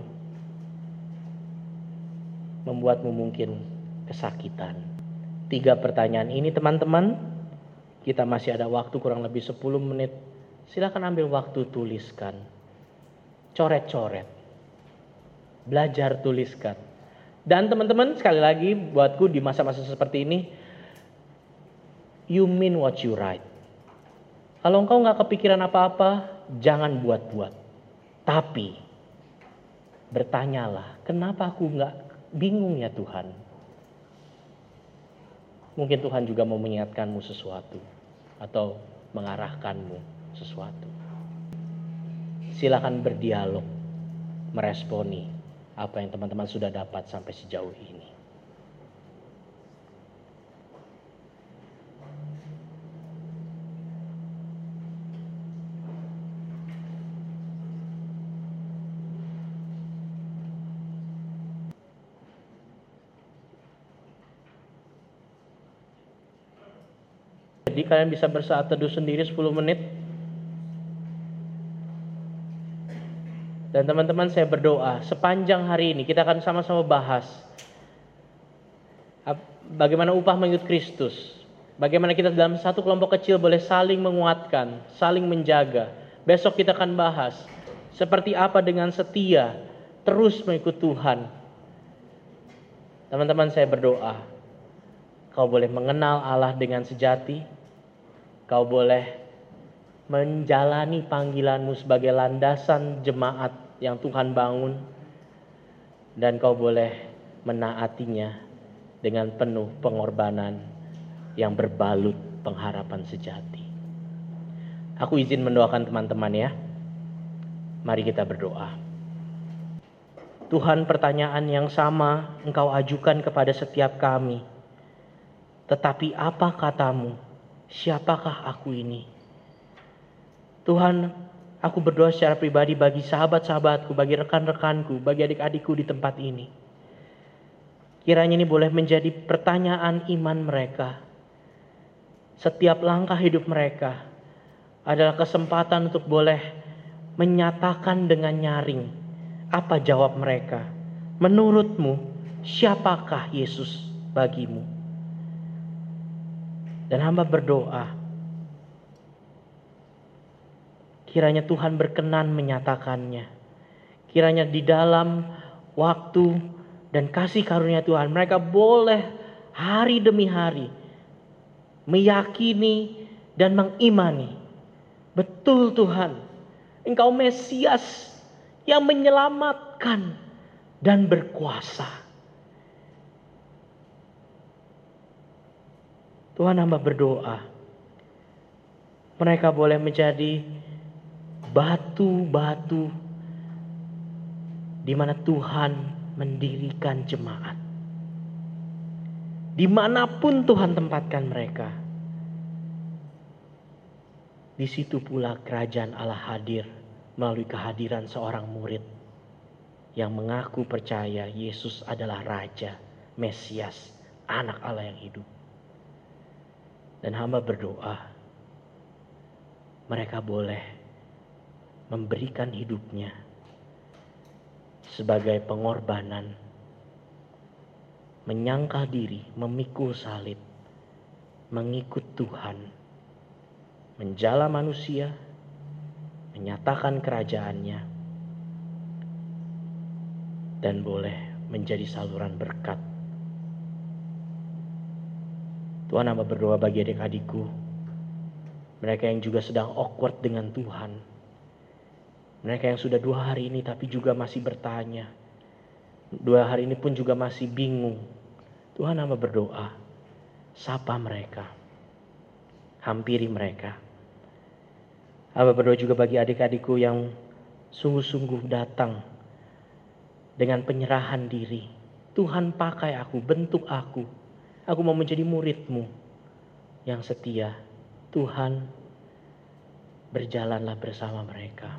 membuatmu mungkin kesakitan. Tiga pertanyaan ini teman-teman, kita masih ada waktu kurang lebih sepuluh menit. Silakan ambil waktu, tuliskan. Coret-coret. Belajar tuliskan. Dan teman-teman, sekali lagi buatku di masa-masa seperti ini, you mean what you write. Kalau engkau gak kepikiran apa-apa, jangan buat-buat. Tapi bertanyalah, kenapa aku gak bingung ya Tuhan? Mungkin Tuhan juga mau mengingatkanmu sesuatu atau mengarahkanmu sesuatu. Silakan berdialog, meresponi apa yang teman-teman sudah dapat sampai sejauh ini. Jadi kalian bisa bersaat teduh sendiri sepuluh menit. Dan teman-teman, saya berdoa sepanjang hari ini kita akan sama-sama bahas bagaimana upah mengikut Kristus. Bagaimana kita dalam satu kelompok kecil boleh saling menguatkan, saling menjaga. Besok kita akan bahas seperti apa dengan setia terus mengikut Tuhan. Teman-teman, saya berdoa kau boleh mengenal Allah dengan sejati. Kau boleh menjalani panggilanmu sebagai landasan jemaat yang Tuhan bangun. Dan kau boleh menaatinya dengan penuh pengorbanan yang berbalut pengharapan sejati. Aku izin mendoakan teman-teman ya. Mari kita berdoa. Tuhan, pertanyaan yang sama Engkau ajukan kepada setiap kami. Tetapi apa katamu? Siapakah aku ini? Tuhan, aku berdoa secara pribadi bagi sahabat-sahabatku, bagi rekan-rekanku, bagi adik-adikku di tempat ini. Kiranya ini boleh menjadi pertanyaan iman mereka. Setiap langkah hidup mereka adalah kesempatan untuk boleh menyatakan dengan nyaring apa jawab mereka. Menurutmu, siapakah Yesus bagimu? Dan hamba berdoa, kiranya Tuhan berkenan menyatakannya. Kiranya di dalam waktu dan kasih karunia Tuhan, mereka boleh hari demi hari meyakini dan mengimani. Betul Tuhan, Engkau Mesias yang menyelamatkan dan berkuasa. Tuhan, hamba berdoa, mereka boleh menjadi batu-batu di mana Tuhan mendirikan jemaat. Dimanapun Tuhan tempatkan mereka, di situ pula kerajaan Allah hadir melalui kehadiran seorang murid yang mengaku percaya Yesus adalah Raja, Mesias, Anak Allah yang hidup. Dan hamba berdoa, mereka boleh memberikan hidupnya sebagai pengorbanan, menyangkal diri, memikul salib, mengikut Tuhan, menjala manusia, menyatakan kerajaannya, dan boleh menjadi saluran berkat. Tuhan, hamba berdoa bagi adik-adikku, mereka yang juga sedang awkward dengan Tuhan, mereka yang sudah dua hari ini tapi juga masih bertanya, dua hari ini pun juga masih bingung. Tuhan, hamba berdoa, sapa mereka, hampiri mereka. Hamba berdoa juga bagi adik-adikku yang sungguh-sungguh datang dengan penyerahan diri. Tuhan, pakai aku, bentuk aku. Aku mau menjadi murid-Mu yang setia. Tuhan, berjalanlah bersama mereka.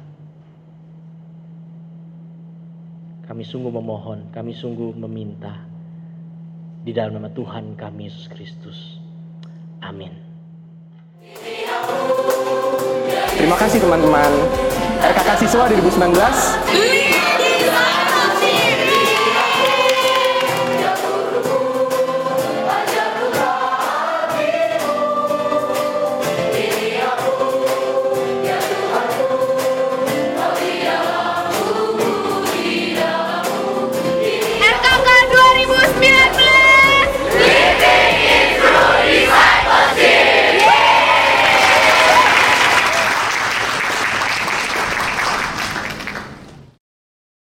Kami sungguh memohon, kami sungguh meminta di dalam nama Tuhan kami Yesus Kristus. Amin. Terima kasih teman-teman. R K K Siswa dua ribu sembilan belas.